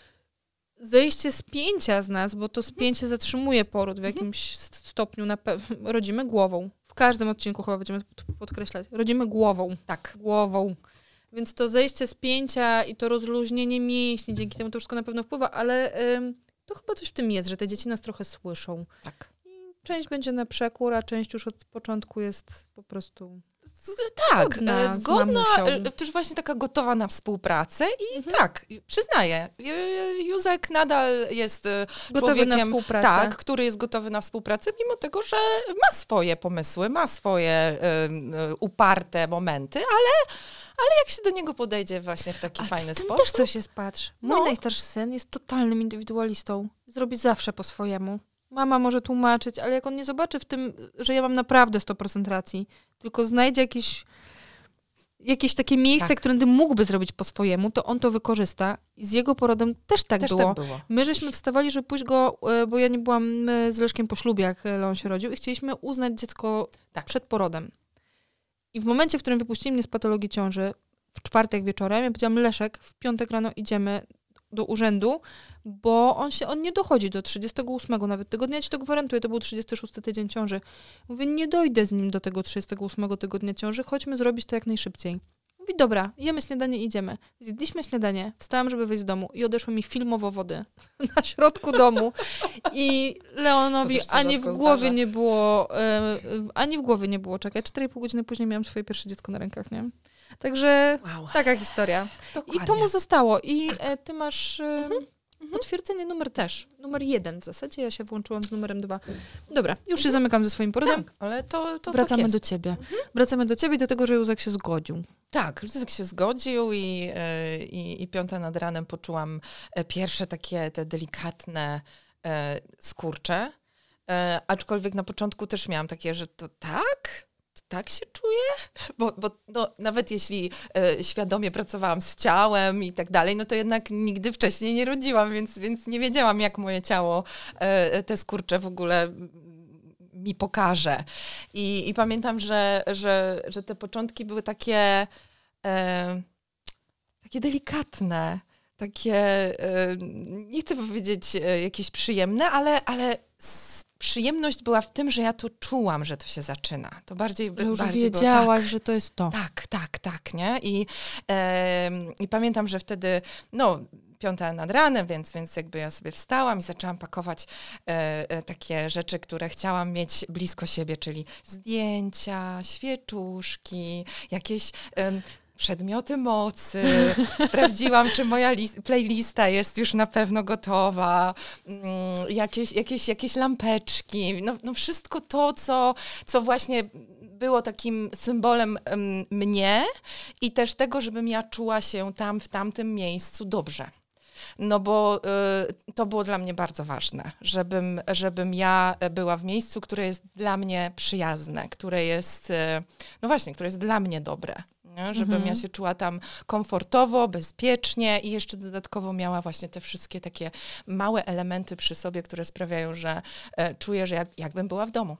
zejście spięcia z nas, bo to spięcie mhm. zatrzymuje poród w jakimś mhm. stopniu. Na pe- rodzimy głową. W każdym odcinku chyba będziemy podkreślać. Rodzimy głową. Tak. Głową. Więc to zejście spięcia i to rozluźnienie mięśni, dzięki temu to wszystko na pewno wpływa, ale ym, to chyba coś w tym jest, że te dzieci nas trochę słyszą. Tak. I część będzie na przekór, a część już od początku jest po prostu... Z, tak, zgodna, zgodna z też właśnie taka gotowa na współpracę i mhm. tak, przyznaję, Józek nadal jest gotowy człowiekiem, na współpracę. tak, który jest gotowy na współpracę, mimo tego, że ma swoje pomysły, ma swoje um, uparte momenty, ale, ale jak się do niego podejdzie właśnie w taki a fajny w tym sposób. też coś jest, patrz. Mój no. najstarszy syn jest totalnym indywidualistą. Zrobi zawsze po swojemu. Mama może tłumaczyć, ale jak on nie zobaczy w tym, że ja mam naprawdę sto procent racji, tylko znajdzie jakieś, jakieś takie miejsce, tak. którym mógłby zrobić po swojemu, to on to wykorzysta. I z jego porodem też tak też było. Tak było. My żeśmy wstawali, żeby pójść go, bo ja nie byłam z Leszkiem po ślubie, jak Leon się rodził i chcieliśmy uznać dziecko tak. przed porodem. I w momencie, w którym wypuścili mnie z patologii ciąży, w czwartek wieczorem, ja powiedziałam, Leszek, w piątek rano idziemy do urzędu, bo on się on nie dochodzi do trzydziestego ósmego nawet tygodnia, ja ci to gwarantuję, to był trzydziesty szósty tydzień ciąży. Mówię, nie dojdę z nim do tego trzydziestego ósmego tygodnia ciąży, chodźmy zrobić to jak najszybciej. Mówi, dobra, jemy śniadanie, idziemy. Zjedliśmy śniadanie, wstałam, żeby wyjść z domu i odeszły mi filmowo wody na środku domu i Leonowi ani w głowie zdarza. nie było, e, ani w głowie nie było czekać. cztery i pół godziny później miałam swoje pierwsze dziecko na rękach, nie? Także wow. taka historia. Dokładnie. I to mu zostało. I e, ty masz e, mhm. potwierdzenie numer też. Numer jeden w zasadzie. Ja się włączyłam z numerem dwa. Dobra, już mhm. się zamykam ze swoim porodem. Tak, ale to, to Wracamy tak do ciebie. Mhm. Wracamy do ciebie i do tego, że Józek się zgodził. Tak, Józek się zgodził i, i, i piąta nad ranem poczułam pierwsze takie te delikatne e, skurcze. E, aczkolwiek na początku też miałam takie, że to tak? Tak się czuję? Bo, bo no, nawet jeśli e, świadomie pracowałam z ciałem i tak dalej, no to jednak nigdy wcześniej nie rodziłam, więc, więc nie wiedziałam, jak moje ciało e, te skurcze w ogóle mi pokaże. I, i pamiętam, że, że, że te początki były takie, e, takie delikatne, takie, e, nie chcę powiedzieć e, jakieś przyjemne, ale, ale przyjemność była w tym, że ja to czułam, że to się zaczyna. To bardziej że już bardziej wiedziałaś, było, tak, że to jest to. Tak, tak, tak, nie? I, e, i pamiętam, że wtedy, no, piąta nad ranem, więc, więc jakby ja sobie wstałam i zaczęłam pakować e, e, takie rzeczy, które chciałam mieć blisko siebie, czyli zdjęcia, świeczuszki, jakieś... E, przedmioty mocy, sprawdziłam, czy moja list- playlista jest już na pewno gotowa, mm, jakieś, jakieś, jakieś lampeczki, no, no wszystko to, co, co właśnie było takim symbolem um, mnie i też tego, żebym ja czuła się tam, w tamtym miejscu dobrze. No bo y, to było dla mnie bardzo ważne, żebym, żebym ja była w miejscu, które jest dla mnie przyjazne, które jest, y, no właśnie, które jest dla mnie dobre. Nie? Żebym mhm. ja się czuła tam komfortowo, bezpiecznie i jeszcze dodatkowo miała właśnie te wszystkie takie małe elementy przy sobie, które sprawiają, że y, czuję, że jak, jakbym była w domu.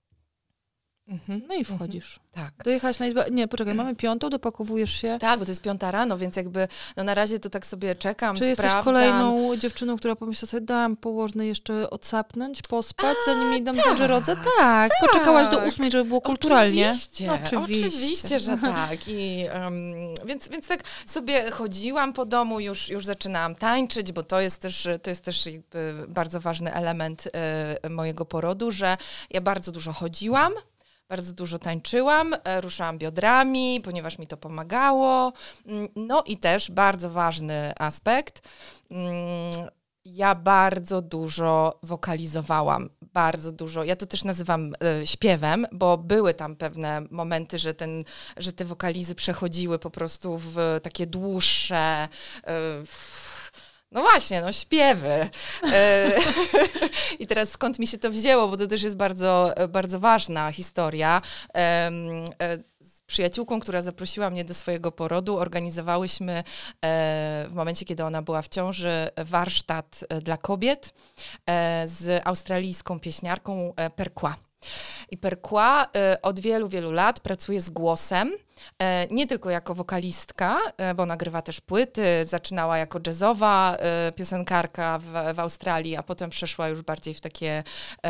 Mhm. No i wchodzisz. Mhm. Tak. Dojechałaś na izbę. Nie, poczekaj, mamy piątą, dopakowujesz się. Tak, bo to jest piąta rano, więc jakby no na razie to tak sobie czekam, Czy sprawdzam. jesteś kolejną dziewczyną, która pomyśla sobie, dam położne jeszcze odsapnąć, pospać, A, zanim jej dam tak, znać, że rodzę? Tak. tak. Poczekałaś do ósmej, żeby było kulturalnie. Oczywiście, no, oczywiście. oczywiście, że tak. I, um, więc, więc tak sobie chodziłam po domu, już, już zaczynałam tańczyć, bo to jest też, to jest też jakby bardzo ważny element y, mojego porodu, że ja bardzo dużo chodziłam. Bardzo dużo tańczyłam, ruszałam biodrami, ponieważ mi to pomagało. No i też bardzo ważny aspekt, ja bardzo dużo wokalizowałam, bardzo dużo. Ja to też nazywam y, śpiewem, bo były tam pewne momenty, że, ten, że te wokalizy przechodziły po prostu w takie dłuższe... Y, No właśnie, no śpiewy. I teraz skąd mi się to wzięło, bo to też jest bardzo, bardzo ważna historia. Z przyjaciółką, która zaprosiła mnie do swojego porodu, organizowałyśmy w momencie, kiedy ona była w ciąży, warsztat dla kobiet z australijską pieśniarką Perkua. I Perkua od wielu, wielu lat pracuje z głosem, nie tylko jako wokalistka, bo nagrywa też płyty, zaczynała jako jazzowa piosenkarka w, w Australii, a potem przeszła już bardziej w takie,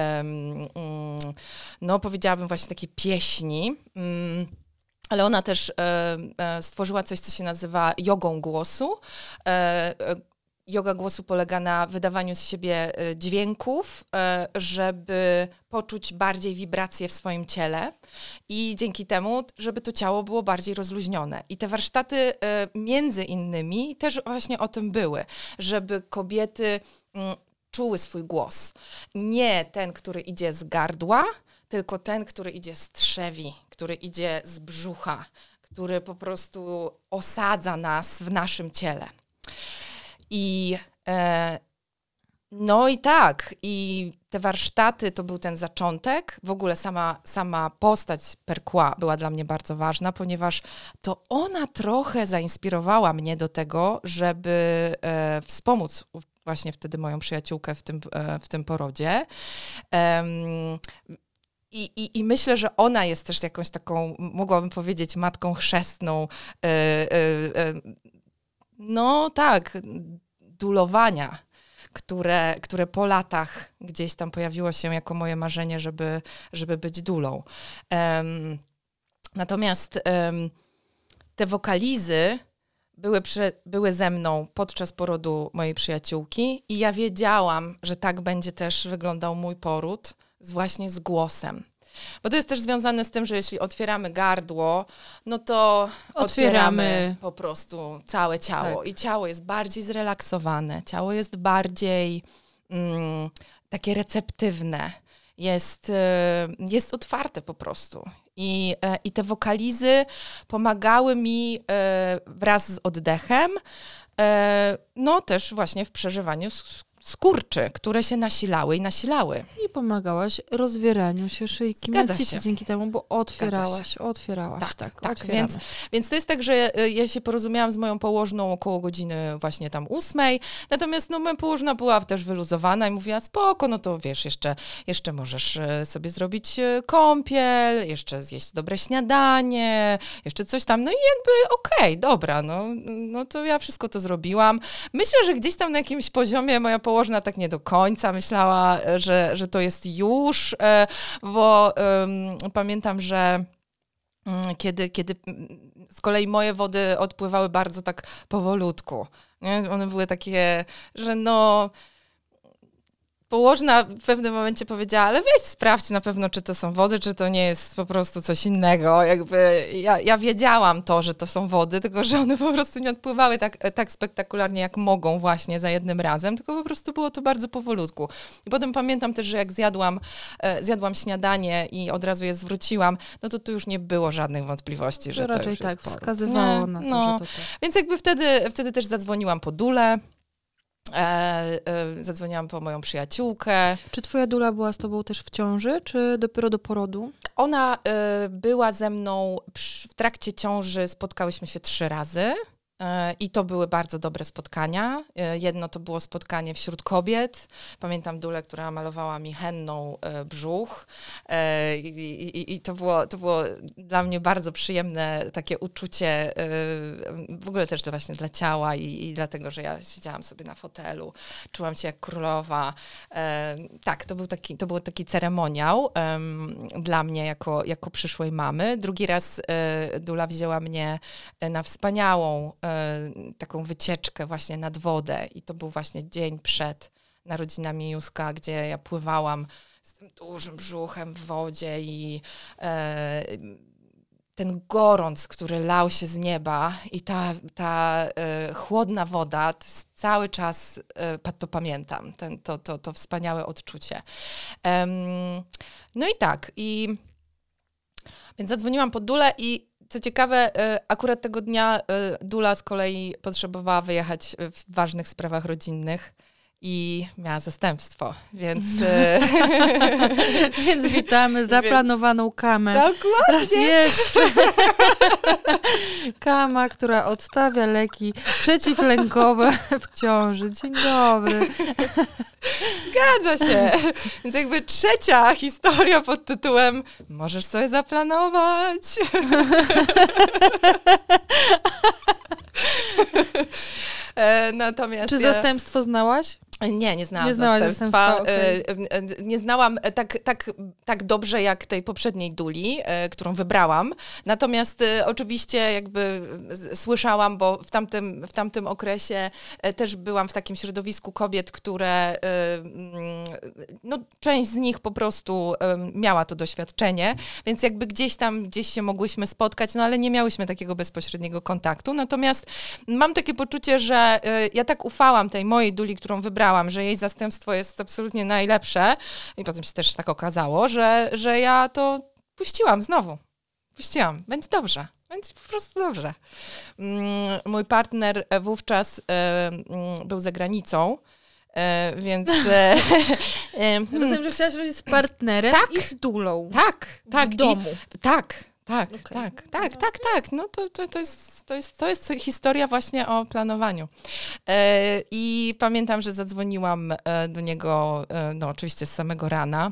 no powiedziałabym właśnie takie pieśni. Ale ona też stworzyła coś, co się nazywa jogą głosu. Joga głosu polega na wydawaniu z siebie dźwięków, żeby poczuć bardziej wibracje w swoim ciele i dzięki temu, żeby to ciało było bardziej rozluźnione. I te warsztaty między innymi też właśnie o tym były, żeby kobiety czuły swój głos. Nie ten, który idzie z gardła, tylko ten, który idzie z trzewi, który idzie z brzucha, który po prostu osadza nas w naszym ciele. I e, no i tak, i te warsztaty to był ten zaczątek. W ogóle sama, sama postać Perkua była dla mnie bardzo ważna, ponieważ to ona trochę zainspirowała mnie do tego, żeby e, wspomóc właśnie wtedy moją przyjaciółkę w tym, e, w tym porodzie. E, I, i, I myślę, że ona jest też jakąś taką, mogłabym powiedzieć, matką chrzestną, e, e, e, no tak, dulowania, które, które po latach gdzieś tam pojawiło się jako moje marzenie, żeby, żeby być dulą. Um, natomiast um, te wokalizy były, przy, były ze mną podczas porodu mojej przyjaciółki i ja wiedziałam, że tak będzie też wyglądał mój poród, z właśnie z głosem. Bo to jest też związane z tym, że jeśli otwieramy gardło, no to otwieramy, otwieramy po prostu całe ciało. Tak. I ciało jest bardziej zrelaksowane, ciało jest bardziej mm, takie receptywne, jest, y, jest otwarte po prostu. I, y, I te wokalizy pomagały mi y, wraz z oddechem, y, no też właśnie w przeżywaniu skurczy, które się nasilały i nasilały. I pomagałaś rozwieraniu się szyjki macicy dzięki temu, bo otwierałaś, otwierałaś, tak, tak, tak. Więc, więc to jest tak, że ja się porozumiałam z moją położną około godziny właśnie tam ósmej, natomiast no moja położna była też wyluzowana i mówiła, spoko, no to wiesz, jeszcze, jeszcze możesz sobie zrobić kąpiel, jeszcze zjeść dobre śniadanie, jeszcze coś tam, no i jakby okej, okay, dobra, no, no to ja wszystko to zrobiłam. Myślę, że gdzieś tam na jakimś poziomie moja położna tak nie do końca myślała, że, że to jest już, bo um, pamiętam, że um, kiedy, kiedy z kolei moje wody odpływały bardzo tak powolutku. Nie? One były takie, że no... Położna w pewnym momencie powiedziała, ale weź sprawdź na pewno, czy to są wody, czy to nie jest po prostu coś innego. Jakby ja, ja wiedziałam to, że to są wody, tylko że one po prostu nie odpływały tak, tak spektakularnie, jak mogą właśnie za jednym razem, tylko po prostu było to bardzo powolutku. I potem pamiętam też, że jak zjadłam, e, zjadłam śniadanie i od razu je zwróciłam, no to tu już nie było żadnych wątpliwości, że to, to raczej już tak jest poród. wskazywało na to, no. że to tak. Więc jakby wtedy, wtedy też zadzwoniłam po dulę. E, e, zadzwoniłam po moją przyjaciółkę. Czy twoja dula była z tobą też w ciąży, czy dopiero do porodu? Ona e, była ze mną przy, w trakcie ciąży, spotkałyśmy się trzy razy. I to były bardzo dobre spotkania. Jedno to było spotkanie wśród kobiet. Pamiętam dulę, która malowała mi henną brzuch. I, i, i to, było, to było dla mnie bardzo przyjemne takie uczucie, w ogóle też właśnie dla ciała i, i dlatego, że ja siedziałam sobie na fotelu, czułam się jak królowa. Tak, to był taki, to był taki ceremoniał dla mnie jako, jako przyszłej mamy. Drugi raz dula wzięła mnie na wspaniałą taką wycieczkę właśnie nad wodę i to był właśnie dzień przed narodzinami Józka, gdzie ja pływałam z tym dużym brzuchem w wodzie i e, ten gorąc, który lał się z nieba i ta, ta e, chłodna woda, to jest cały czas, e, to pamiętam, ten, to, to, to wspaniałe odczucie. E, no i tak, i więc zadzwoniłam po dulę i co ciekawe, akurat tego dnia dula z kolei potrzebowała wyjechać w ważnych sprawach rodzinnych i miała zastępstwo, więc... Więc witamy zaplanowaną więc... Kamę. Dokładnie. Raz jeszcze. Kama, która odstawia leki przeciwlękowe w ciąży. Dzień dobry. Zgadza się. Więc jakby trzecia historia pod tytułem możesz sobie zaplanować. Natomiast Czy ja... zastępstwo znałaś? Nie, nie znałam nie zastępstwa. zastępstwa okay. Nie znałam tak, tak, tak dobrze jak tej poprzedniej duli, którą wybrałam. Natomiast oczywiście jakby słyszałam, bo w tamtym, w tamtym okresie też byłam w takim środowisku kobiet, które, no część z nich po prostu miała to doświadczenie, więc jakby gdzieś tam, gdzieś się mogłyśmy spotkać, no ale nie miałyśmy takiego bezpośredniego kontaktu. Natomiast mam takie poczucie, że ja tak ufałam tej mojej duli, którą wybrałam, że jej zastępstwo jest absolutnie najlepsze i potem się też tak okazało, że, że ja to puściłam znowu. Puściłam. Będzie dobrze. Będzie po prostu dobrze. Mój partner wówczas był za granicą, więc... Rozumiem, że chciałaś robić z partnerem tak, i z dulą. Tak, tak. W domu. I, tak, tak, okay. tak, tak, tak, tak. No to, to, to jest... To jest, to jest historia właśnie o planowaniu. E, I pamiętam, że zadzwoniłam e, do niego, e, no oczywiście z samego rana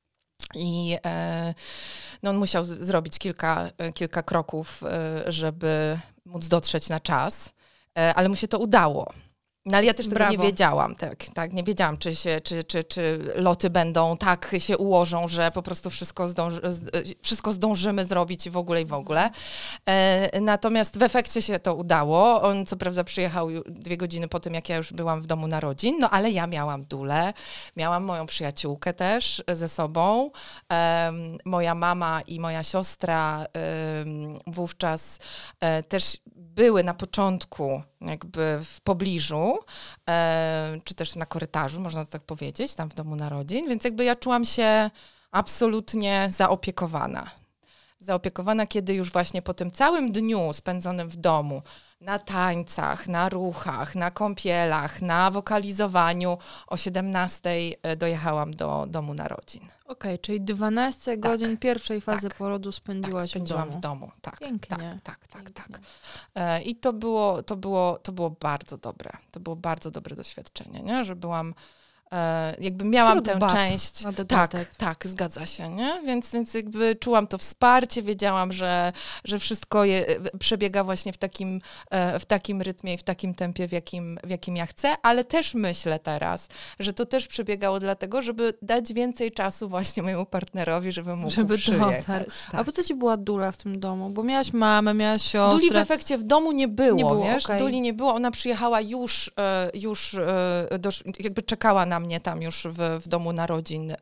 i e, no, on musiał z- zrobić kilka, e, kilka kroków, e, żeby móc dotrzeć na czas, e, ale mu się to udało. No ale ja też tego Brawo. nie wiedziałam, tak, tak, nie wiedziałam, czy, się, czy, czy, czy loty będą tak się ułożą, że po prostu wszystko, zdąży, wszystko zdążymy zrobić i w ogóle i w ogóle. E, natomiast w efekcie się to udało. On co prawda przyjechał dwie godziny po tym, jak ja już byłam w domu narodzin, no ale ja miałam dulę, miałam moją przyjaciółkę też ze sobą. E, moja mama i moja siostra e, wówczas e, też były na początku jakby w pobliżu, e, czy też na korytarzu, można to tak powiedzieć, tam w domu narodzin, więc jakby ja czułam się absolutnie zaopiekowana. Zaopiekowana, kiedy już właśnie po tym całym dniu spędzonym w domu, na tańcach, na ruchach, na kąpielach, na wokalizowaniu. O siedemnastej dojechałam do domu narodzin. Okej, okay, czyli dwanaście tak, godzin pierwszej fazy tak, porodu spędziłaś tak, spędziłam w domu. w domu. Tak, pięknie. Tak, tak, tak, pięknie. tak. I to było, to było, to było bardzo dobre. To było bardzo dobre doświadczenie, nie? Że byłam jakby miałam Wśród tę bab, część. Tak, tak, zgadza się, nie? Więc, więc jakby czułam to wsparcie, wiedziałam, że, że wszystko je, przebiega właśnie w takim, w takim rytmie i w takim tempie, w jakim, w jakim ja chcę, ale też myślę teraz, że to też przebiegało dlatego, żeby dać więcej czasu właśnie mojemu partnerowi, żeby mógł żeby przyjechać. Tak. A po co ci była Dula w tym domu? Bo miałaś mamę, miałaś siostrę. Duli w efekcie w domu nie było, nie było wiesz? okay. Duli nie było, ona przyjechała już, już do, jakby czekała na mnie tam już w, w domu narodzin.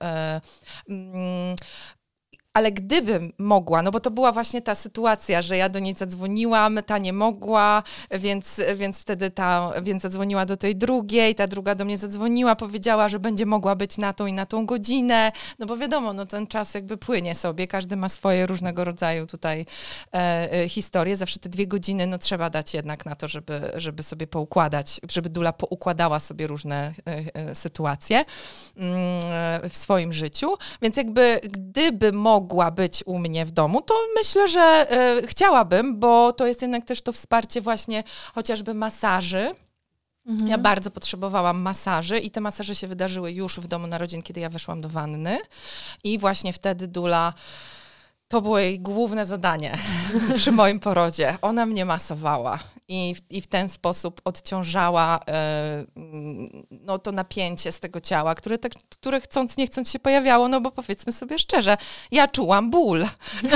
Ale gdybym mogła, no bo to była właśnie ta sytuacja, że ja do niej zadzwoniłam, ta nie mogła, więc, więc wtedy ta, więc zadzwoniła do tej drugiej, ta druga do mnie zadzwoniła, powiedziała, że będzie mogła być na tą i na tą godzinę, no bo wiadomo, no ten czas jakby płynie sobie, każdy ma swoje różnego rodzaju tutaj e, e, historie, zawsze te dwie godziny, no trzeba dać jednak na to, żeby, żeby sobie poukładać, żeby Dula poukładała sobie różne e, e, sytuacje e, w swoim życiu, więc jakby gdyby mogła mogła być u mnie w domu, to myślę, że y, chciałabym, bo to jest jednak też to wsparcie właśnie chociażby masaży. Mhm. Ja bardzo potrzebowałam masaży i te masaże się wydarzyły już w domu narodzin, kiedy ja weszłam do wanny i właśnie wtedy Dula, to było jej główne zadanie przy moim porodzie. Ona mnie masowała i w, i w ten sposób odciążała e, no, to napięcie z tego ciała, które, tak, które chcąc nie chcąc się pojawiało, no bo powiedzmy sobie szczerze, ja czułam ból.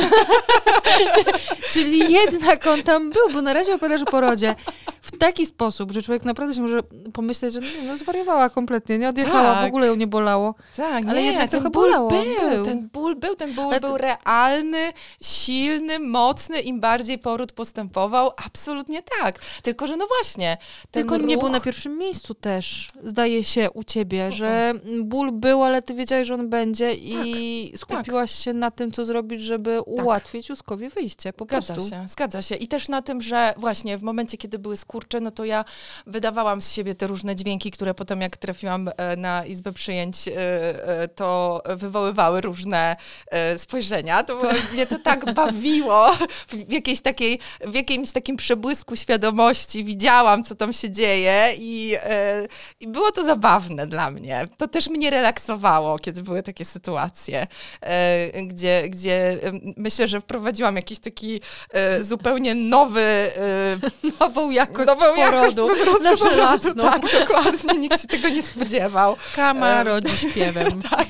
Czyli jednak on tam był, bo na razie opowiadasz o porodzie w taki sposób, że człowiek naprawdę się może pomyśleć, że no, zwariowała kompletnie, nie odjechała, tak. W ogóle ją nie bolało. Tak, ale nie, jednak ten trochę ból bolało. Był, był. Ten ból był, ten ból ale był to... realny, silny, mocny, im bardziej poród postępował, absolutnie tak. Tylko, że no właśnie. Ten Tylko ruch... nie był na pierwszym miejscu też, zdaje się, u ciebie, że ból był, ale ty wiedziałeś, że on będzie i tak, skupiłaś tak. się na tym, co zrobić, żeby ułatwić tak. Łuskowi wyjście, po zgadza prostu. Się, zgadza się. I też na tym, że właśnie w momencie, kiedy były skurcze, no to ja wydawałam z siebie te różne dźwięki, które potem jak trafiłam na izbę przyjęć, to wywoływały różne spojrzenia. To mnie to tak bawiło w jakiejś takiej, w jakimś takim przebłysku świadomości. Widziałam, co tam się dzieje i, i było to zabawne dla mnie. To też mnie relaksowało, kiedy były takie sytuacje, gdzie, gdzie myślę, że wprowadziłam jakiś taki zupełnie nowy... Nową jakość nową porodu jakość po prostu, na żelazną. Tak, dokładnie. Nikt się tego nie spodziewał. Kama rodzi śpiewem. Tak.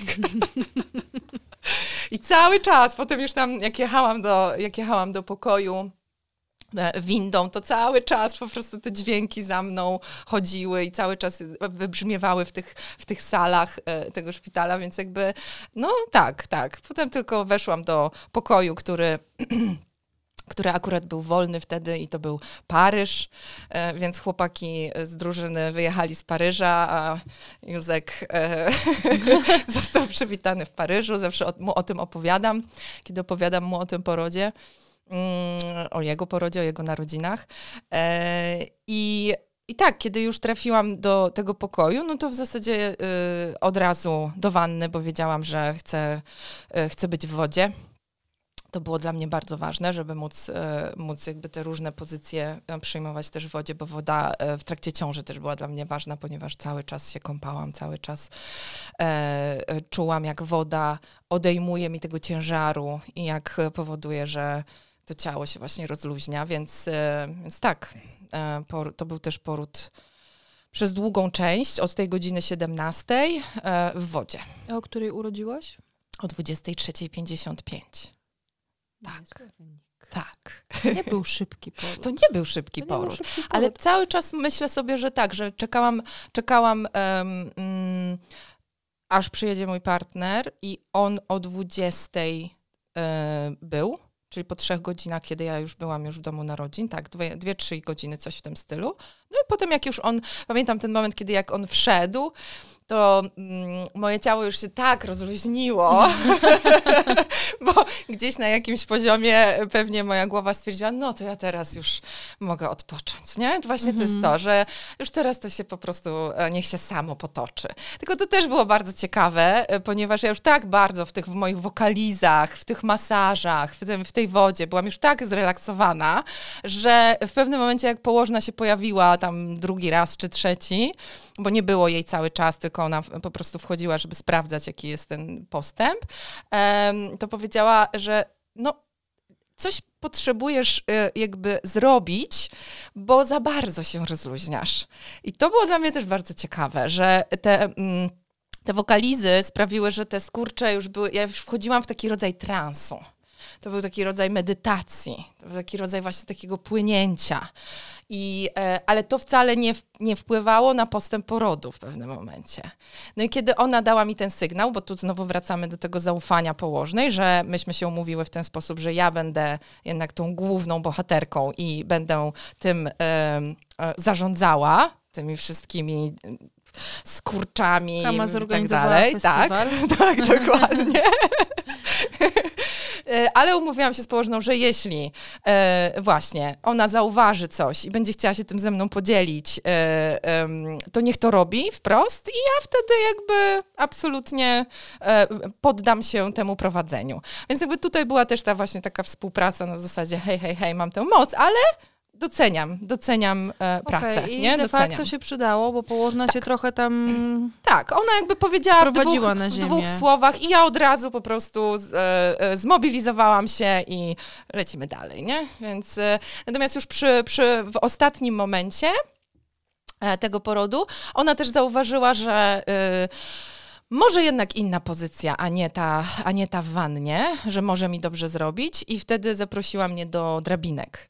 I cały czas, potem już tam, jak jechałam do, jak jechałam do pokoju windą, to cały czas po prostu te dźwięki za mną chodziły i cały czas wybrzmiewały w tych, w tych salach tego szpitala, więc jakby, no tak, tak. Potem tylko weszłam do pokoju, który... który akurat był wolny wtedy i to był Paryż, więc chłopaki z drużyny wyjechali z Paryża, a Józek e, został przywitany w Paryżu. Zawsze o, mu o tym opowiadam, kiedy opowiadam mu o tym porodzie, mm, o jego porodzie, o jego narodzinach. E, i I tak, kiedy już trafiłam do tego pokoju, no to w zasadzie y, od razu do wanny, bo wiedziałam, że chcę, y, chcę być w wodzie. To było dla mnie bardzo ważne, żeby móc, móc jakby te różne pozycje przyjmować też w wodzie, bo woda w trakcie ciąży też była dla mnie ważna, ponieważ cały czas się kąpałam, cały czas e, czułam, jak woda odejmuje mi tego ciężaru i jak powoduje, że to ciało się właśnie rozluźnia, więc, e, więc tak, e, por, to był też poród przez długą część, od tej godziny siedemnastej e, w wodzie. A o której urodziłaś? O dwudziestej trzeciej pięćdziesiąt pięć. Tak, tak. Nie był szybki poród. To nie był szybki, nie poród, był szybki poród, ale cały czas myślę sobie, że tak, że czekałam, czekałam um, um, aż przyjedzie mój partner i on o dwudziestej um, był, czyli po trzech godzinach, kiedy ja już byłam już w domu narodzin, tak, dwie, dwie, trzy godziny, coś w tym stylu, No i potem jak już on, pamiętam ten moment, kiedy jak on wszedł, to mm, moje ciało już się tak rozluźniło, bo gdzieś na jakimś poziomie pewnie moja głowa stwierdziła, no to ja teraz już mogę odpocząć, nie? Właśnie mm-hmm. to jest to, że już teraz to się po prostu, niech się samo potoczy. Tylko to też było bardzo ciekawe, ponieważ ja już tak bardzo w tych w moich wokalizach, w tych masażach, w, tym, w tej wodzie byłam już tak zrelaksowana, że w pewnym momencie jak położna się pojawiła tam drugi raz czy trzeci, bo nie było jej cały czas, tylko ona po prostu wchodziła, żeby sprawdzać, jaki jest ten postęp, to powiedziała, że no coś potrzebujesz jakby zrobić, bo za bardzo się rozluźniasz. I to było dla mnie też bardzo ciekawe, że te... Te wokalizy sprawiły, że te skurcze już były, ja już wchodziłam w taki rodzaj transu. To był taki rodzaj medytacji, to był taki rodzaj właśnie takiego płynięcia. I, e, ale to wcale nie, w, nie wpływało na postęp porodu w pewnym momencie. No i kiedy ona dała mi ten sygnał, bo tu znowu wracamy do tego zaufania położnej, że myśmy się umówiły w ten sposób, że ja będę jednak tą główną bohaterką i będę tym e, e, zarządzała, tymi wszystkimi skurczami i tak dalej. Tak, tak, dokładnie. Ale umówiłam się z położną, że jeśli e, właśnie ona zauważy coś i będzie chciała się tym ze mną podzielić, e, e, to niech to robi wprost i ja wtedy jakby absolutnie e, poddam się temu prowadzeniu. Więc jakby tutaj była też ta właśnie taka współpraca na zasadzie hej, hej, hej, mam tę moc, ale doceniam, doceniam e, pracę. Okay, i nie? de Doceniam. facto się przydało, bo położna tak. się trochę tam tak, ona jakby powiedziała w dwóch, na ziemię. w dwóch słowach i ja od razu po prostu z, e, zmobilizowałam się i lecimy dalej, nie? Więc e, natomiast już przy, przy, w ostatnim momencie e, tego porodu ona też zauważyła, że e, może jednak inna pozycja, a nie, ta, a nie ta w wannie, że może mi dobrze zrobić i wtedy zaprosiła mnie do drabinek.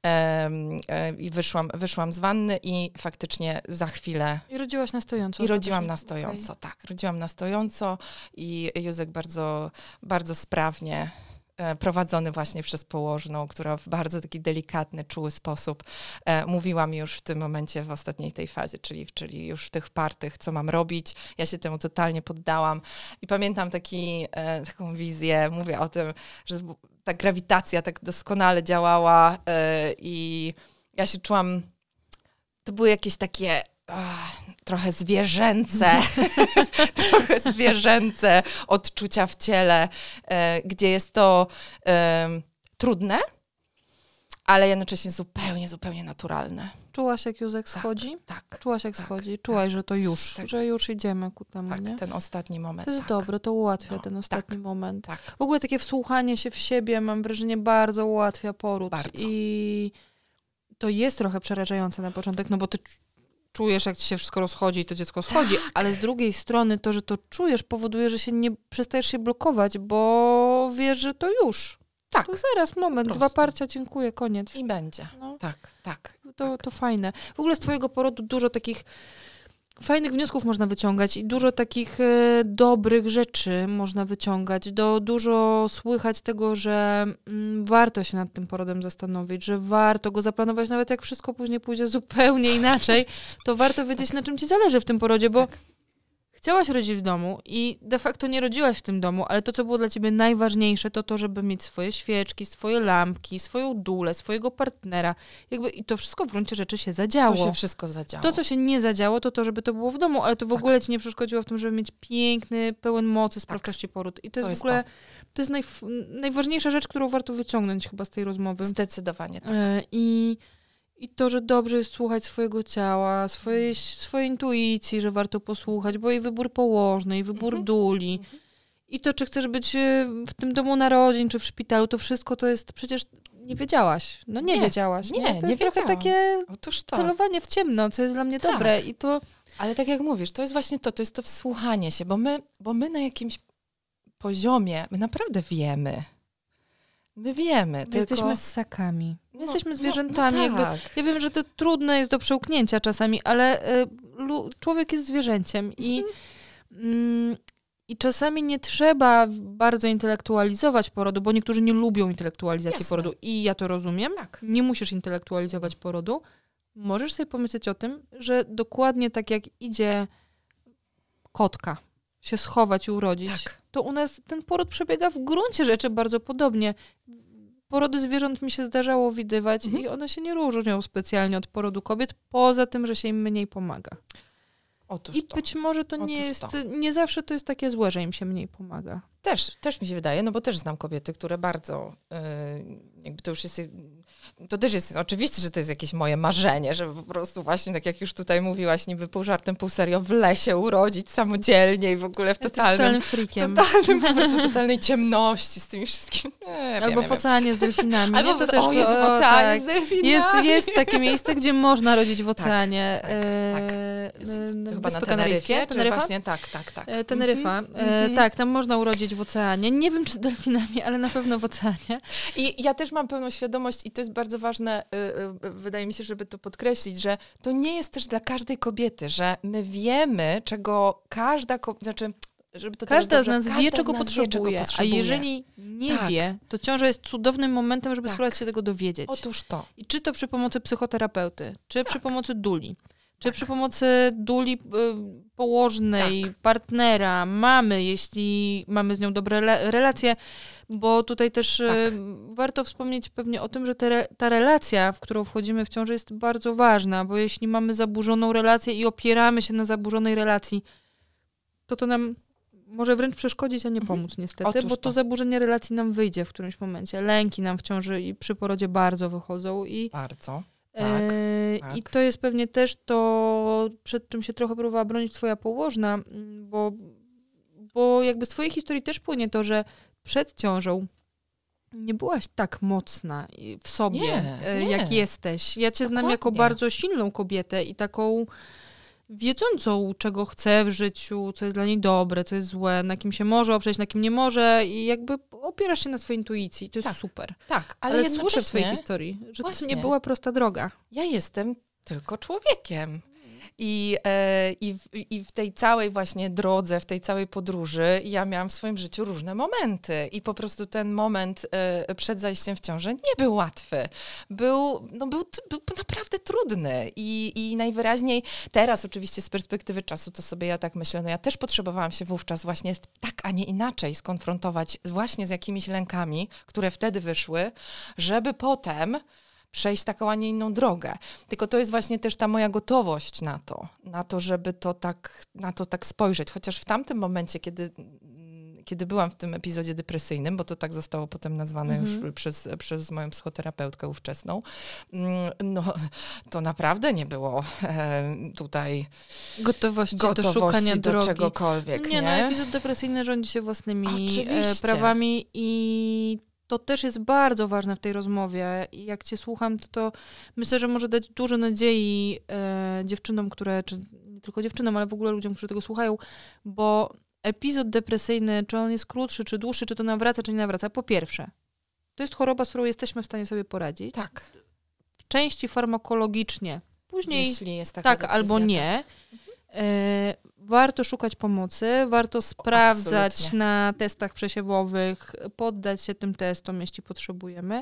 I wyszłam, wyszłam z wanny i faktycznie za chwilę... I rodziłaś na stojąco. I rodziłam na stojąco, okay. tak. Rodziłam na stojąco i Józek bardzo, bardzo sprawnie prowadzony właśnie przez położną, która w bardzo taki delikatny, czuły sposób e, mówiła mi już w tym momencie, w ostatniej tej fazie, czyli, czyli już w tych partych, co mam robić. Ja się temu totalnie poddałam i pamiętam taki, e, taką wizję, mówię o tym, że ta grawitacja tak doskonale działała e, i ja się czułam, to były jakieś takie Ach, trochę zwierzęce, trochę zwierzęce odczucia w ciele, e, gdzie jest to e, trudne, ale jednocześnie zupełnie, zupełnie naturalne. Czułaś, jak Józek schodzi? Tak. tak Czułaś, jak tak, schodzi? Czułaś, tak, że to już, tak. że już idziemy ku temu, tak, nie? ten ostatni moment. To jest tak. dobre, to ułatwia no, ten ostatni tak, moment. Tak. W ogóle takie wsłuchanie się w siebie, mam wrażenie, bardzo ułatwia poród. Bardzo. I to jest trochę przerażające na początek, no bo ty czujesz, jak ci się wszystko rozchodzi i to dziecko schodzi, tak. ale z drugiej strony to, że to czujesz, powoduje, że się nie przestajesz się blokować, bo wiesz, że to już. Tak. To zaraz, moment, dwa parcia, dziękuję, koniec. I będzie. No. Tak, tak. To, tak. to fajne. W ogóle z twojego porodu dużo takich fajnych wniosków można wyciągać i dużo takich e, dobrych rzeczy można wyciągać. Do, dużo słychać tego, że mm, warto się nad tym porodem zastanowić, że warto go zaplanować, nawet jak wszystko później pójdzie zupełnie inaczej, to warto wiedzieć, na czym ci zależy w tym porodzie, bo tak. chciałaś rodzić w domu i de facto nie rodziłaś w tym domu, ale to, co było dla ciebie najważniejsze, to to, żeby mieć swoje świeczki, swoje lampki, swoją dulę, swojego partnera. Jakby i to wszystko w gruncie rzeczy się zadziało. To się wszystko zadziało. To, co się nie zadziało, to to, żeby to było w domu, ale to w tak. ogóle ci nie przeszkodziło w tym, żeby mieć piękny, pełen mocy, sprawczości tak. poród. I to, to jest w ogóle, to, to jest najf- najważniejsza rzecz, którą warto wyciągnąć chyba z tej rozmowy. Zdecydowanie tak. E, I... I to, że dobrze jest słuchać swojego ciała, swojej, swojej intuicji, że warto posłuchać, bo i wybór położny, i wybór mhm. duli. Mhm. I to, czy chcesz być w tym domu narodzin, czy w szpitalu, to wszystko to jest, przecież nie wiedziałaś. No nie, nie wiedziałaś. Nie, nie? To nie jest trochę takie celowanie w ciemno, co jest dla mnie tak. dobre. I to... Ale tak jak mówisz, to jest właśnie to, to jest to wsłuchanie się, bo my, bo my na jakimś poziomie, my naprawdę wiemy. My wiemy. My tylko... jesteśmy ssakami. My no, jesteśmy no, zwierzętami. no jakby, tak. ja wiem, że to trudne jest do przełknięcia czasami, ale y, lu, człowiek jest zwierzęciem i, mm. y, i czasami nie trzeba bardzo intelektualizować porodu, bo niektórzy nie lubią intelektualizacji Jasne. porodu i ja to rozumiem. Tak. Nie musisz intelektualizować porodu. możesz sobie pomyśleć o tym, że dokładnie tak jak idzie kotka się schować i urodzić, Tak. to u nas ten poród przebiega w gruncie rzeczy bardzo podobnie. Porody zwierząt mi się zdarzało widywać mhm. i one się nie różnią specjalnie od porodu kobiet, poza tym, że się im mniej pomaga. Otóż I to. być może to nie Otóż jest, to. nie zawsze to jest takie złe, że im się mniej pomaga. Też, też mi się wydaje, no bo też znam kobiety, które bardzo, yy, jakby to już jest, to też jest, oczywiście, że to jest jakieś moje marzenie, żeby po prostu właśnie, tak jak już tutaj mówiłaś, niby pół żartem, pół serio, w lesie urodzić samodzielnie i w ogóle w totalnym, totalnym freakiem. totalnym, po prostu totalnej ciemności z tymi wszystkimi. Nie, Albo wiem, w oceanie z delfinami. Albo nie? To w, też, o, jest w oceanie tak. z delfinami. Jest, jest takie miejsce, gdzie można rodzić w oceanie. Tak, tak, e, tak. Jest, e, chyba na Wyspy Teneryfie, Kanaryjskie? Teneryfa? Właśnie, tak, tak, tak. E, Teneryfa. Mm-hmm. E, tak, tam można urodzić w oceanie. Nie wiem, czy z delfinami, ale na pewno w oceanie. I ja też mam pełną świadomość i to jest bardzo ważne, yy, yy, wydaje mi się, żeby to podkreślić, że to nie jest też dla każdej kobiety, że my wiemy, czego każda kobieta, znaczy, żeby to Każda teraz z nas dobrze, wie, każda czego z nas potrzebuje, wie, czego potrzebuje. A jeżeli nie Tak. wie, to ciąża jest cudownym momentem, żeby Tak. spróbować się tego dowiedzieć. Otóż to. I czy to przy pomocy psychoterapeuty, czy Tak. przy pomocy duli, czy Tak. przy pomocy duli y, położnej, Tak. partnera, mamy, jeśli mamy z nią dobre le- relacje, bo tutaj też y, Tak. warto wspomnieć pewnie o tym, że te re- ta relacja, w którą wchodzimy w ciąży, jest bardzo ważna, bo jeśli mamy zaburzoną relację i opieramy się na zaburzonej relacji, to to nam może wręcz przeszkodzić, a nie pomóc niestety, Otóż bo to to. zaburzenie relacji nam wyjdzie w którymś momencie. Lęki nam w ciąży i przy porodzie bardzo wychodzą i Bardzo. E, tak. I to jest pewnie też to, przed czym się trochę próbowała bronić twoja położna, m, bo, bo jakby z twojej historii też płynie to, że przed ciążą nie byłaś tak mocna i- w sobie, Nie, e, nie. jak jesteś. Ja cię znam jako Dokładnie. bardzo silną kobietę i taką wiedzącą, czego chce w życiu, co jest dla niej dobre, co jest złe, na kim się może oprzeć, na kim nie może i jakby opierasz się na swojej intuicji. To jest Tak. super. Tak, ale, Ale, słyszę w jednocześnie twojej historii, że to Właśnie. nie była prosta droga. ja jestem tylko człowiekiem. I, e, i, w, I w tej całej właśnie drodze, w tej całej podróży ja miałam w swoim życiu różne momenty i po prostu ten moment e, przed zajściem w ciążę nie był łatwy. Był, no był, był naprawdę trudny i, i najwyraźniej teraz oczywiście z perspektywy czasu to sobie ja tak myślę, no ja też potrzebowałam się wówczas właśnie tak, a nie inaczej skonfrontować z, właśnie z jakimiś lękami, które wtedy wyszły, żeby potem przejść taką, a nie inną drogę. Tylko to jest właśnie też ta moja gotowość na to, na to, żeby to tak, na to tak spojrzeć. Chociaż w tamtym momencie, kiedy, kiedy byłam w tym epizodzie depresyjnym, bo to tak zostało potem nazwane Mhm. już przez, przez moją psychoterapeutkę ówczesną, no to naprawdę nie było e, tutaj Gotowości, gotowości do szukania do drogi. czegokolwiek. Nie, Nie, no epizod depresyjny rządzi się własnymi e, Oczywiście. prawami i to też jest bardzo ważne w tej rozmowie. I jak cię słucham, to, to myślę, że może dać dużo nadziei e, dziewczynom, które, czy nie tylko dziewczynom, ale w ogóle ludziom, którzy tego słuchają, bo epizod depresyjny, czy on jest krótszy, czy dłuższy, czy to nawraca, czy nie nawraca, po pierwsze, to jest choroba, z którą jesteśmy w stanie sobie poradzić. Tak. W części farmakologicznie. Później Jeśli jest taka tak decyzja, albo nie. E, warto szukać pomocy, warto sprawdzać absolutnie. na testach przesiewowych, poddać się tym testom, jeśli potrzebujemy.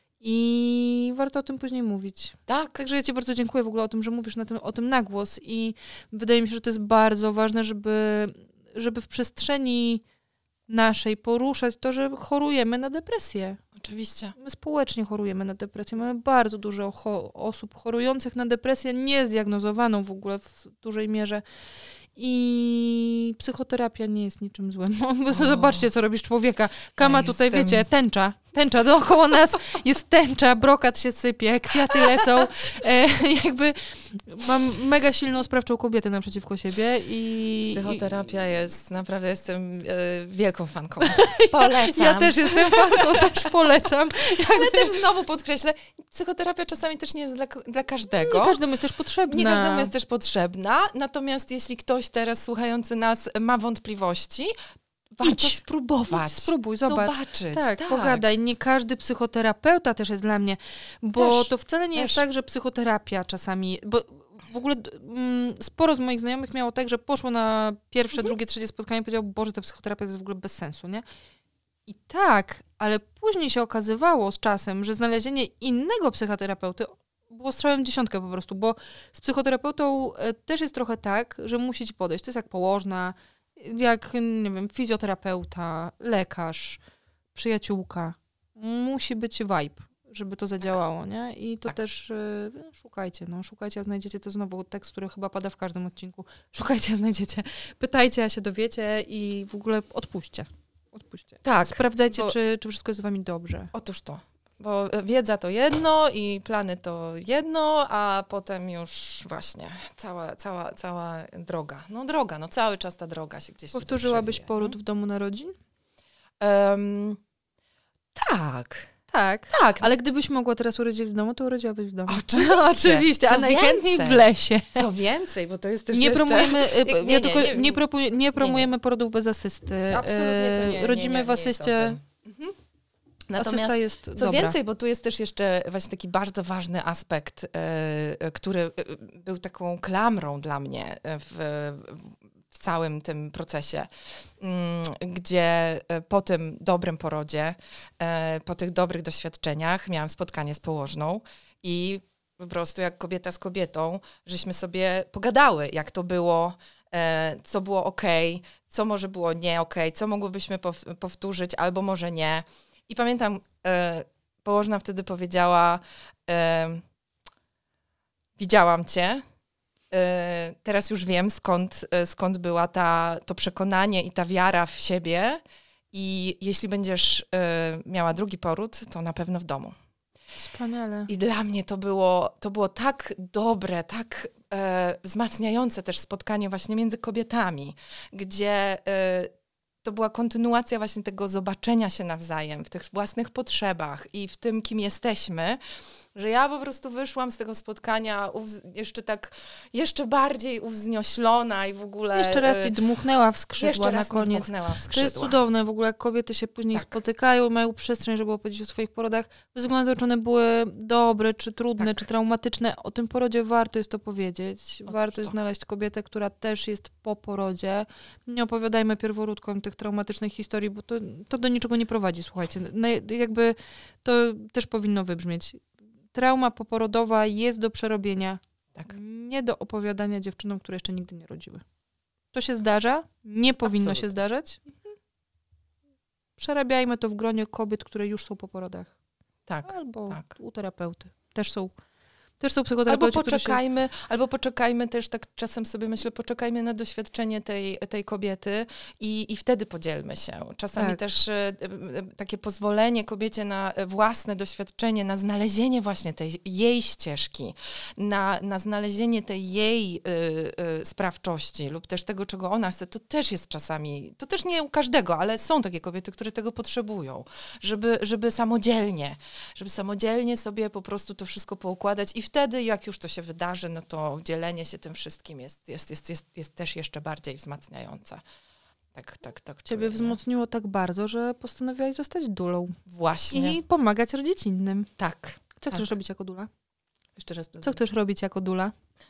I warto o tym później mówić. Tak. Także ja ci bardzo dziękuję w ogóle o tym, że mówisz na tym, o tym na głos i wydaje mi się, że to jest bardzo ważne, żeby, żeby w przestrzeni naszej poruszać to, że chorujemy na depresję. Oczywiście. My społecznie chorujemy na depresję. Mamy bardzo dużo cho- osób chorujących na depresję, niezdiagnozowaną w ogóle w dużej mierze. I psychoterapia nie jest niczym złym. Zobaczcie, co robisz człowieka. Kama Ja tutaj, jestem- wiecie, tęcza. Tęcza dookoła nas jest tęcza, brokat się sypie, kwiaty lecą. E, jakby mam mega silną, sprawczą kobietę naprzeciwko siebie. I Psychoterapia jest, naprawdę jestem e, wielką fanką. Polecam. Ja też jestem fanką, też polecam. Ale też znowu podkreślę, psychoterapia czasami też nie jest dla, dla każdego. Nie każdemu jest też potrzebna. Nie każdemu jest też potrzebna, natomiast jeśli ktoś teraz słuchający nas ma wątpliwości, warto Idź. spróbować. Idź, spróbuj, zobacz. Zobaczyć. Tak, pogadaj. Nie każdy psychoterapeuta też jest dla mnie, bo Też, to wcale nie też. jest tak, że psychoterapia czasami, bo w ogóle mm, sporo z moich znajomych miało tak, że poszło na pierwsze, Mhm. drugie, trzecie spotkanie i powiedział, Boże, ta psychoterapia to jest w ogóle bez sensu, nie? I tak, ale później się okazywało z czasem, że znalezienie innego psychoterapeuty było strzałem w dziesiątkę po prostu, bo z psychoterapeutą też jest trochę tak, że musi ci podejść. To jest jak położna, jak, nie wiem, fizjoterapeuta, lekarz, przyjaciółka. Musi być vibe, żeby to zadziałało, nie? I to tak. też y, szukajcie, no, szukajcie, a znajdziecie. To znowu tekst, który chyba pada w każdym odcinku. Szukajcie, a znajdziecie. Pytajcie, a się dowiecie i w ogóle odpuśćcie. Odpuśćcie. Tak. Sprawdzajcie, bo... czy, czy wszystko jest z wami dobrze. Otóż to. Bo wiedza to jedno i plany to jedno, a potem już właśnie cała, cała, cała droga. No droga, no cały czas ta droga się gdzieś Powtórzyłabyś poród no? w domu narodzin? Um, tak. Tak, tak, ale gdybyś mogła teraz urodzić w domu, to urodziłabyś w domu. Oczywiście, Oczywiście. a najchętniej w lesie. Co więcej, bo to jest też nie jeszcze... Promujemy, nie, nie, ja tylko nie, nie, nie, propu- nie promujemy nie, nie. porodów bez asysty. Absolutnie to nie. Rodzimy nie, nie, w asyście. Mhm. Natomiast asysta jest co dobra. więcej, bo tu jest też jeszcze właśnie taki bardzo ważny aspekt, yy, który yy, był taką klamrą dla mnie w, w całym tym procesie, yy, gdzie yy, po tym dobrym porodzie, yy, po tych dobrych doświadczeniach miałam spotkanie z położną i po prostu jak kobieta z kobietą, żeśmy sobie pogadały, jak to było, yy, co było okej, co może było nie okej, co mogłybyśmy pow- powtórzyć albo może nie. I pamiętam, e, położna wtedy powiedziała, e, widziałam cię, e, teraz już wiem skąd, e, skąd była ta, to przekonanie i ta wiara w siebie i jeśli będziesz e, miała drugi poród, to na pewno w domu. Wspaniale. I dla mnie to było, to było tak dobre, tak e, wzmacniające też spotkanie właśnie między kobietami, gdzie e, to była kontynuacja właśnie tego zobaczenia się nawzajem w tych własnych potrzebach i w tym, kim jesteśmy, że ja po prostu wyszłam z tego spotkania uwz- jeszcze tak, jeszcze bardziej uwznioślona i w ogóle... Jeszcze raz ci dmuchnęła w skrzydła jeszcze na raz koniec. dmuchnęła w skrzydła. To jest cudowne w ogóle, jak kobiety się później tak. spotykają, mają przestrzeń, żeby opowiedzieć o swoich porodach, bez względu na to, czy one były dobre, czy trudne, tak. czy traumatyczne. O tym porodzie warto jest to powiedzieć. Otóż warto to. jest znaleźć kobietę, która też jest po porodzie. Nie opowiadajmy pierworódkom tych traumatycznych historii, bo to, to do niczego nie prowadzi, słuchajcie. No, jakby to też powinno wybrzmieć. Trauma poporodowa jest do przerobienia, Tak. nie do opowiadania dziewczynom, które jeszcze nigdy nie rodziły. To się zdarza, nie powinno Absolutnie. się zdarzać. Przerabiajmy to w gronie kobiet, które już są po porodach. Tak. Albo tak. u terapeuty. Też są, też są psychoterapeuci, Albo poczekajmy, się... albo poczekajmy też, tak czasem sobie myślę, poczekajmy na doświadczenie tej, tej kobiety i, i wtedy podzielmy się. Czasami tak. też e, e, takie pozwolenie kobiecie na własne doświadczenie, na znalezienie właśnie tej jej ścieżki, na, na znalezienie tej jej y, y, sprawczości lub też tego, czego ona chce, to też jest czasami, to też nie u każdego, ale są takie kobiety, które tego potrzebują, żeby, żeby samodzielnie, żeby samodzielnie sobie po prostu to wszystko poukładać i wtedy, jak już to się wydarzy, no to dzielenie się tym wszystkim jest, jest, jest, jest, jest też jeszcze bardziej wzmacniające. Tak, tak, tak. Ciebie czuję, wzmocniło nie? tak bardzo, że postanowiłaś zostać dulą. Właśnie. I pomagać rodzić innym. Tak. Co tak. chcesz robić jako dula? Jeszcze raz. Co chcesz robić jako dula?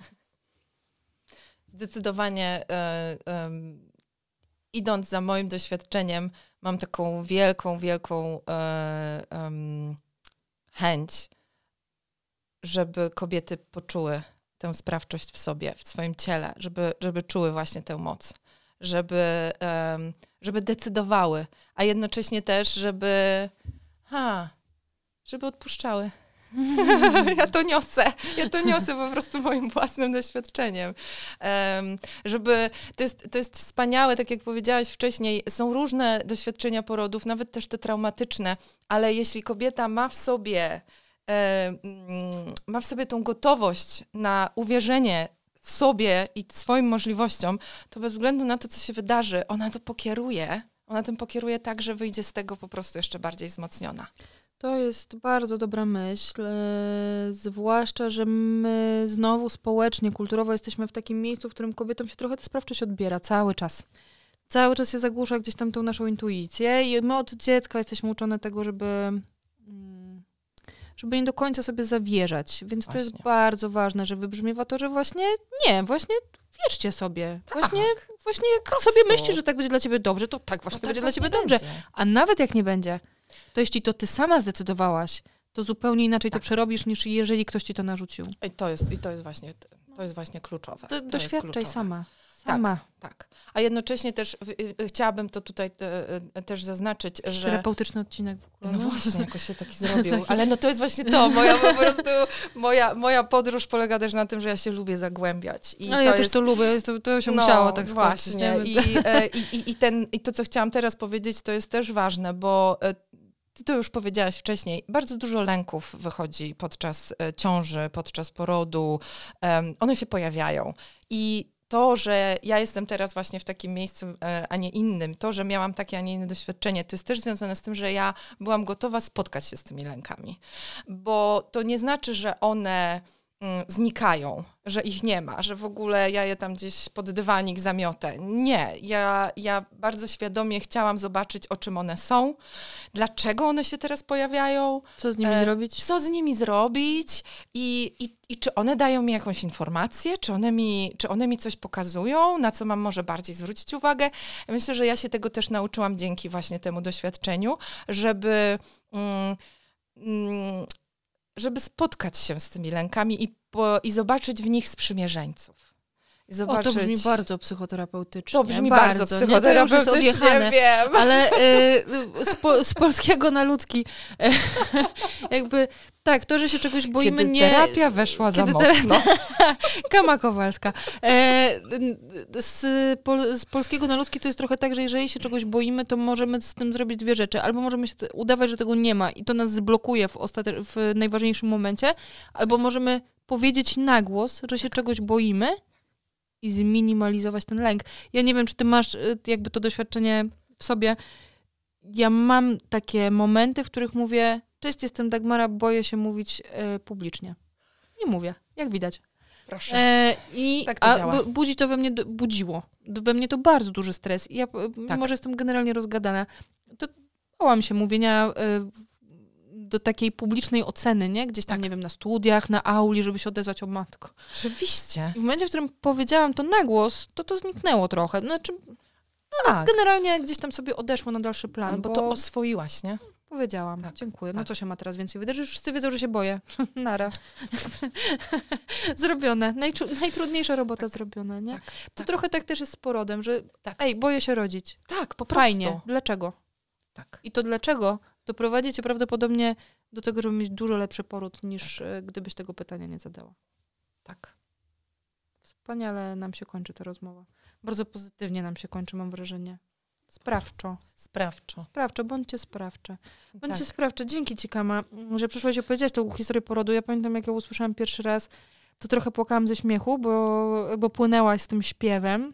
Zdecydowanie e, e, idąc za moim doświadczeniem, mam taką wielką, wielką e, e, chęć, żeby kobiety poczuły tę sprawczość w sobie, w swoim ciele, żeby, żeby czuły właśnie tę moc, żeby, um, żeby decydowały, a jednocześnie też, żeby, ha, żeby odpuszczały. Ja to niosę, ja to niosę po prostu moim własnym doświadczeniem. Um, żeby, to jest, to jest wspaniałe, tak jak powiedziałaś wcześniej, są różne doświadczenia porodów, nawet też te traumatyczne, ale jeśli kobieta ma w sobie ma w sobie tą gotowość na uwierzenie sobie i swoim możliwościom, to bez względu na to, co się wydarzy, ona to pokieruje. Ona tym pokieruje tak, że wyjdzie z tego po prostu jeszcze bardziej wzmocniona. To jest bardzo dobra myśl, zwłaszcza, że my znowu społecznie, kulturowo jesteśmy w takim miejscu, w którym kobietom się trochę ta sprawczość odbiera cały czas. Cały czas się zagłusza gdzieś tam tą naszą intuicję i my od dziecka jesteśmy uczone tego, żeby... żeby nie do końca sobie zawierzać. Więc właśnie. To jest bardzo ważne, że wybrzmiewa to, że właśnie nie, właśnie wierzcie sobie. Tak. Właśnie, właśnie jak sobie myślisz, że tak będzie dla ciebie dobrze, to tak właśnie no tak będzie właśnie dla ciebie będzie. dobrze. A nawet jak nie będzie, to jeśli to ty sama zdecydowałaś, to zupełnie inaczej tak. to przerobisz, niż jeżeli ktoś ci to narzucił. I to jest, i to jest właśnie, to jest właśnie kluczowe. Do, to doświadczaj sama. Tak, sama. tak. A jednocześnie też y, chciałabym to tutaj y, y, też zaznaczyć, że... Terapeutyczny odcinek w ogóle. No, no właśnie, jakoś się taki zrobił. Ale no to jest właśnie to. Moja po prostu, moja, moja podróż polega też na tym, że ja się lubię zagłębiać. I no to ja jest... też to lubię, to, to się no, musiało tak właśnie. skończyć. I, e, i, i, ten, I to, co chciałam teraz powiedzieć, to jest też ważne, bo e, ty to już powiedziałaś wcześniej, bardzo dużo lęków wychodzi podczas e, ciąży, podczas porodu. E, one się pojawiają. I to, że ja jestem teraz właśnie w takim miejscu, a nie innym, to, że miałam takie, a nie inne doświadczenie, to jest też związane z tym, że ja byłam gotowa spotkać się z tymi lękami. Bo to nie znaczy, że one mm, znikają, że ich nie ma, że w ogóle ja je tam gdzieś pod dywanik zamiotę. Nie, ja, ja bardzo świadomie chciałam zobaczyć, o czym one są, dlaczego one się teraz pojawiają. Co z nimi e, zrobić? Co z nimi zrobić i, i, i czy one dają mi jakąś informację, czy one, mi, czy one mi coś pokazują, na co mam może bardziej zwrócić uwagę. Myślę, że ja się tego też nauczyłam dzięki właśnie temu doświadczeniu, żeby... Mm, mm, żeby spotkać się z tymi lękami i, po, i zobaczyć w nich sprzymierzeńców. I zobaczyć... O, to brzmi bardzo psychoterapeutyczne. To brzmi bardzo, bardzo psychoterapeutycznie, nie, to już jest odjechane, wiem. Ale y, z, po, z polskiego na ludzki. Jakby tak, to, że się czegoś boimy, kiedy nie... terapia weszła kiedy za mocno. Kama Kowalska. E, z, pol, z polskiego na ludzki to jest trochę tak, że jeżeli się czegoś boimy, to możemy z tym zrobić dwie rzeczy. Albo możemy się udawać, że tego nie ma i to nas zblokuje w, ostate- w najważniejszym momencie, albo możemy powiedzieć na głos, że się czegoś boimy i zminimalizować ten lęk. Ja nie wiem, czy ty masz jakby to doświadczenie w sobie. Ja mam takie momenty, w których mówię: cześć, jestem Dagmara, boję się mówić e, publicznie. Nie mówię, jak widać. Proszę. E, I tak to a działa. bu- budzi to we mnie, budziło we mnie to bardzo duży stres. I ja, Tak. mimo że jestem generalnie rozgadana, to bałam się mówienia e, do takiej publicznej oceny, nie? Gdzieś tam, tak. nie wiem, na studiach, na auli, żeby się odezwać: o matko. Oczywiście. I w momencie, w którym powiedziałam to na głos, to to zniknęło trochę. Znaczy, no, tak. generalnie gdzieś tam sobie odeszło na dalszy plan. No, bo, bo to oswoiłaś, nie? Powiedziałam. Tak, Dziękuję. No tak. co się ma teraz więcej wydarzyć? Już wszyscy wiedzą, że się boję. Nara. Zrobione. Najtru- najtrudniejsza robota tak. zrobiona, nie? Tak, to tak. trochę tak też jest z porodem, że tak. ej, boję się rodzić. Tak, po prostu. Fajnie. Dlaczego? Tak. I to dlaczego doprowadzi cię prawdopodobnie do tego, żeby mieć dużo lepszy poród, niż tak. gdybyś tego pytania nie zadała. Tak. Wspaniale nam się kończy ta rozmowa. Bardzo pozytywnie nam się kończy, mam wrażenie. Sprawczo. Sprawczo. Sprawczo, bądźcie sprawcze. Bądźcie tak. sprawcze. Dzięki ci, Kama, że przyszłaś opowiedzieć tą historię porodu. Ja pamiętam, jak ją usłyszałam pierwszy raz, to trochę płakałam ze śmiechu, bo, bo płynęłaś z tym śpiewem.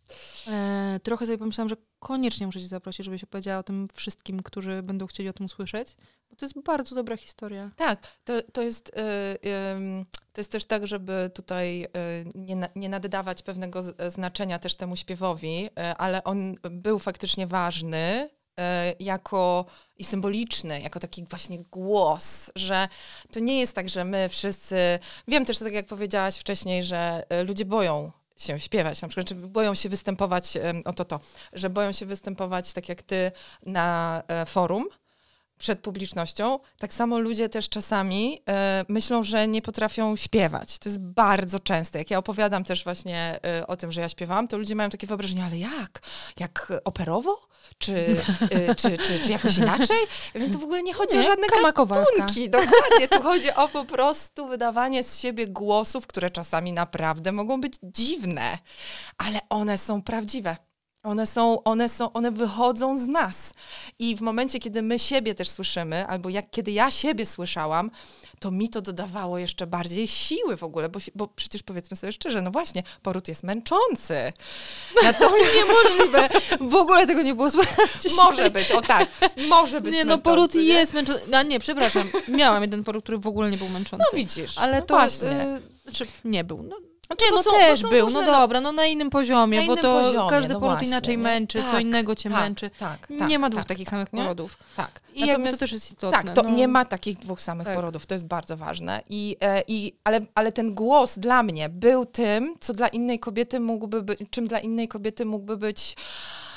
E, trochę sobie pomyślałam, że koniecznie muszę cię zaprosić, żebyś opowiedziała o tym wszystkim, którzy będą chcieli o tym słyszeć. Bo to jest bardzo dobra historia. Tak, to, to, jest, yy, yy, to jest też tak, żeby tutaj yy, nie, na, nie naddawać pewnego z, znaczenia też temu śpiewowi, yy, ale on był faktycznie ważny yy, jako i symboliczny, jako taki właśnie głos, że to nie jest tak, że my wszyscy, wiem też, tak jak powiedziałaś wcześniej, że yy, ludzie boją się śpiewać, na przykład, czy boją się występować, yy, o to to, że boją się występować tak jak ty na yy, forum, przed publicznością, tak samo ludzie też czasami y, myślą, że nie potrafią śpiewać. To jest bardzo częste. Jak ja opowiadam też właśnie y, o tym, że ja śpiewałam, to ludzie mają takie wyobrażenie, ale jak? Jak operowo? Czy, y, czy, czy, czy jakoś inaczej? Więc to w ogóle nie chodzi nie, o żadne Kama gatunki. Dokładnie. Tu chodzi o po prostu wydawanie z siebie głosów, które czasami naprawdę mogą być dziwne, ale one są prawdziwe. One są, one są, one wychodzą z nas. I w momencie, kiedy my siebie też słyszymy, albo jak kiedy ja siebie słyszałam, to mi to dodawało jeszcze bardziej siły w ogóle, bo, bo przecież powiedzmy sobie szczerze, no właśnie, poród jest męczący. Natomiast... Niemożliwe. W ogóle tego nie było słychać. Może być, o tak. Może być Nie, no męczący, poród nie? jest męczący. A nie, przepraszam. Miałam jeden poród, który w ogóle nie był męczący. No widzisz. Ale no to... właśnie. Y, znaczy, nie był. No, Znaczy, nie, bo no są, też bo są był, różne, no dobra, no na innym poziomie, na bo innym to poziomie, każdy no poród właśnie, inaczej nie? męczy, Tak, co innego cię tak, męczy. Tak, nie tak, ma dwóch tak, takich samych nie? porodów. Tak. I jakby Natomiast, to też jest istotne. tak, to no. nie ma takich dwóch samych Tak. porodów, to jest bardzo ważne. I, e, i, ale, ale ten głos dla mnie był tym, co dla innej kobiety mógłby być, czym dla innej kobiety mógłby być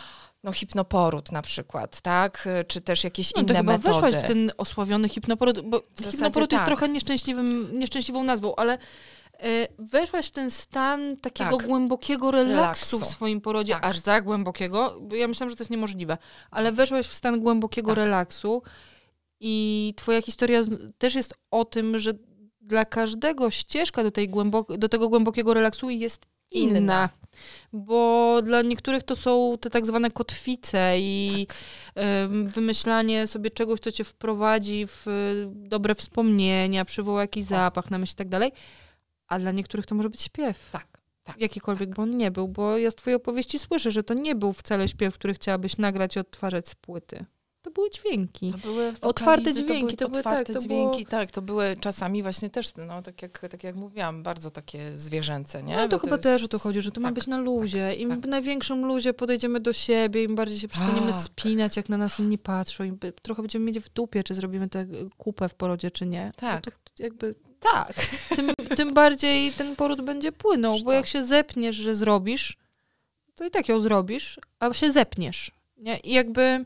no hipnoporód na przykład, tak? Czy też jakieś no, inne to chyba metody. weszłaś w ten osławiony hipnoporód, bo hipnoporód jest tak. trochę nieszczęśliwym, nieszczęśliwą nazwą, ale y, weszłaś w ten stan takiego tak. głębokiego relaksu, relaksu w swoim porodzie, tak. aż za głębokiego, bo ja myślałam, że to jest niemożliwe, ale weszłaś w stan głębokiego tak. relaksu i twoja historia też jest o tym, że dla każdego ścieżka do, tej głębok- do tego głębokiego relaksu jest inna. inna. Bo dla niektórych to są te tak zwane kotwice i tak. y, wymyślanie sobie czegoś, co cię wprowadzi w y, dobre wspomnienia, przywoła jakiś o. zapach na myśl i tak dalej. A dla niektórych to może być śpiew. Tak. tak Jakikolwiek tak. by on nie był, bo ja z twojej opowieści słyszę, że to nie był wcale śpiew, który chciałabyś nagrać i odtwarzać z płyty. To były dźwięki. To były otwarte dźwięki. To były to otwarte były, tak, dźwięki, to było... tak. To były czasami właśnie też, no tak jak, tak jak mówiłam, bardzo takie zwierzęce, nie? No to Bo chyba to jest... też o to chodzi, że to tak, ma być na luzie. tak, Im tak. w największym luzie podejdziemy do siebie, im bardziej się przestaniemy tak. spinać, jak na nas inni patrzą. Im trochę będziemy mieć w dupie, czy zrobimy tę kupę w porodzie, czy nie. Tak. No to jakby... Tak. Tym, tym bardziej ten poród będzie płynął, bo jak się zepniesz, że zrobisz, to i tak ją zrobisz, a się zepniesz. Nie? I jakby...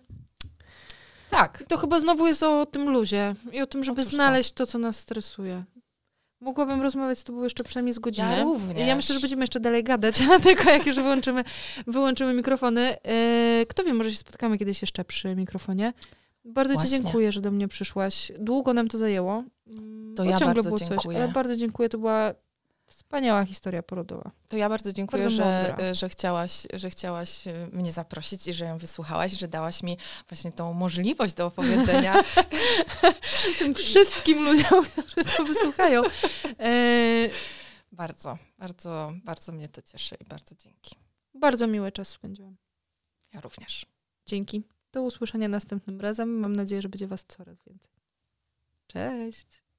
Tak. To chyba znowu jest o tym luzie i o tym, żeby Otóż znaleźć to. to, co nas stresuje. Mogłabym rozmawiać z tobą jeszcze przynajmniej z godziny. Ja również. Ja myślę, że będziemy jeszcze dalej gadać, a tylko jak już wyłączymy, wyłączymy mikrofony. Yy, kto wie, może się spotkamy kiedyś jeszcze przy mikrofonie. Bardzo Właśnie. ci dziękuję, że do mnie przyszłaś. Długo nam to zajęło. To ja ciągle bardzo było dziękuję. Coś, ale bardzo dziękuję. To była wspaniała historia porodowa. To ja bardzo dziękuję, bardzo że, że, chciałaś, że chciałaś mnie zaprosić i że ją wysłuchałaś, że dałaś mi właśnie tą możliwość do opowiedzenia. Tym wszystkim ludziom, którzy to wysłuchają. E... Bardzo, bardzo, bardzo mnie to cieszy i bardzo dzięki. Bardzo miły czas spędziłam. Ja również. Dzięki. Do usłyszenia następnym razem. Mam nadzieję, że będzie was coraz więcej. Cześć.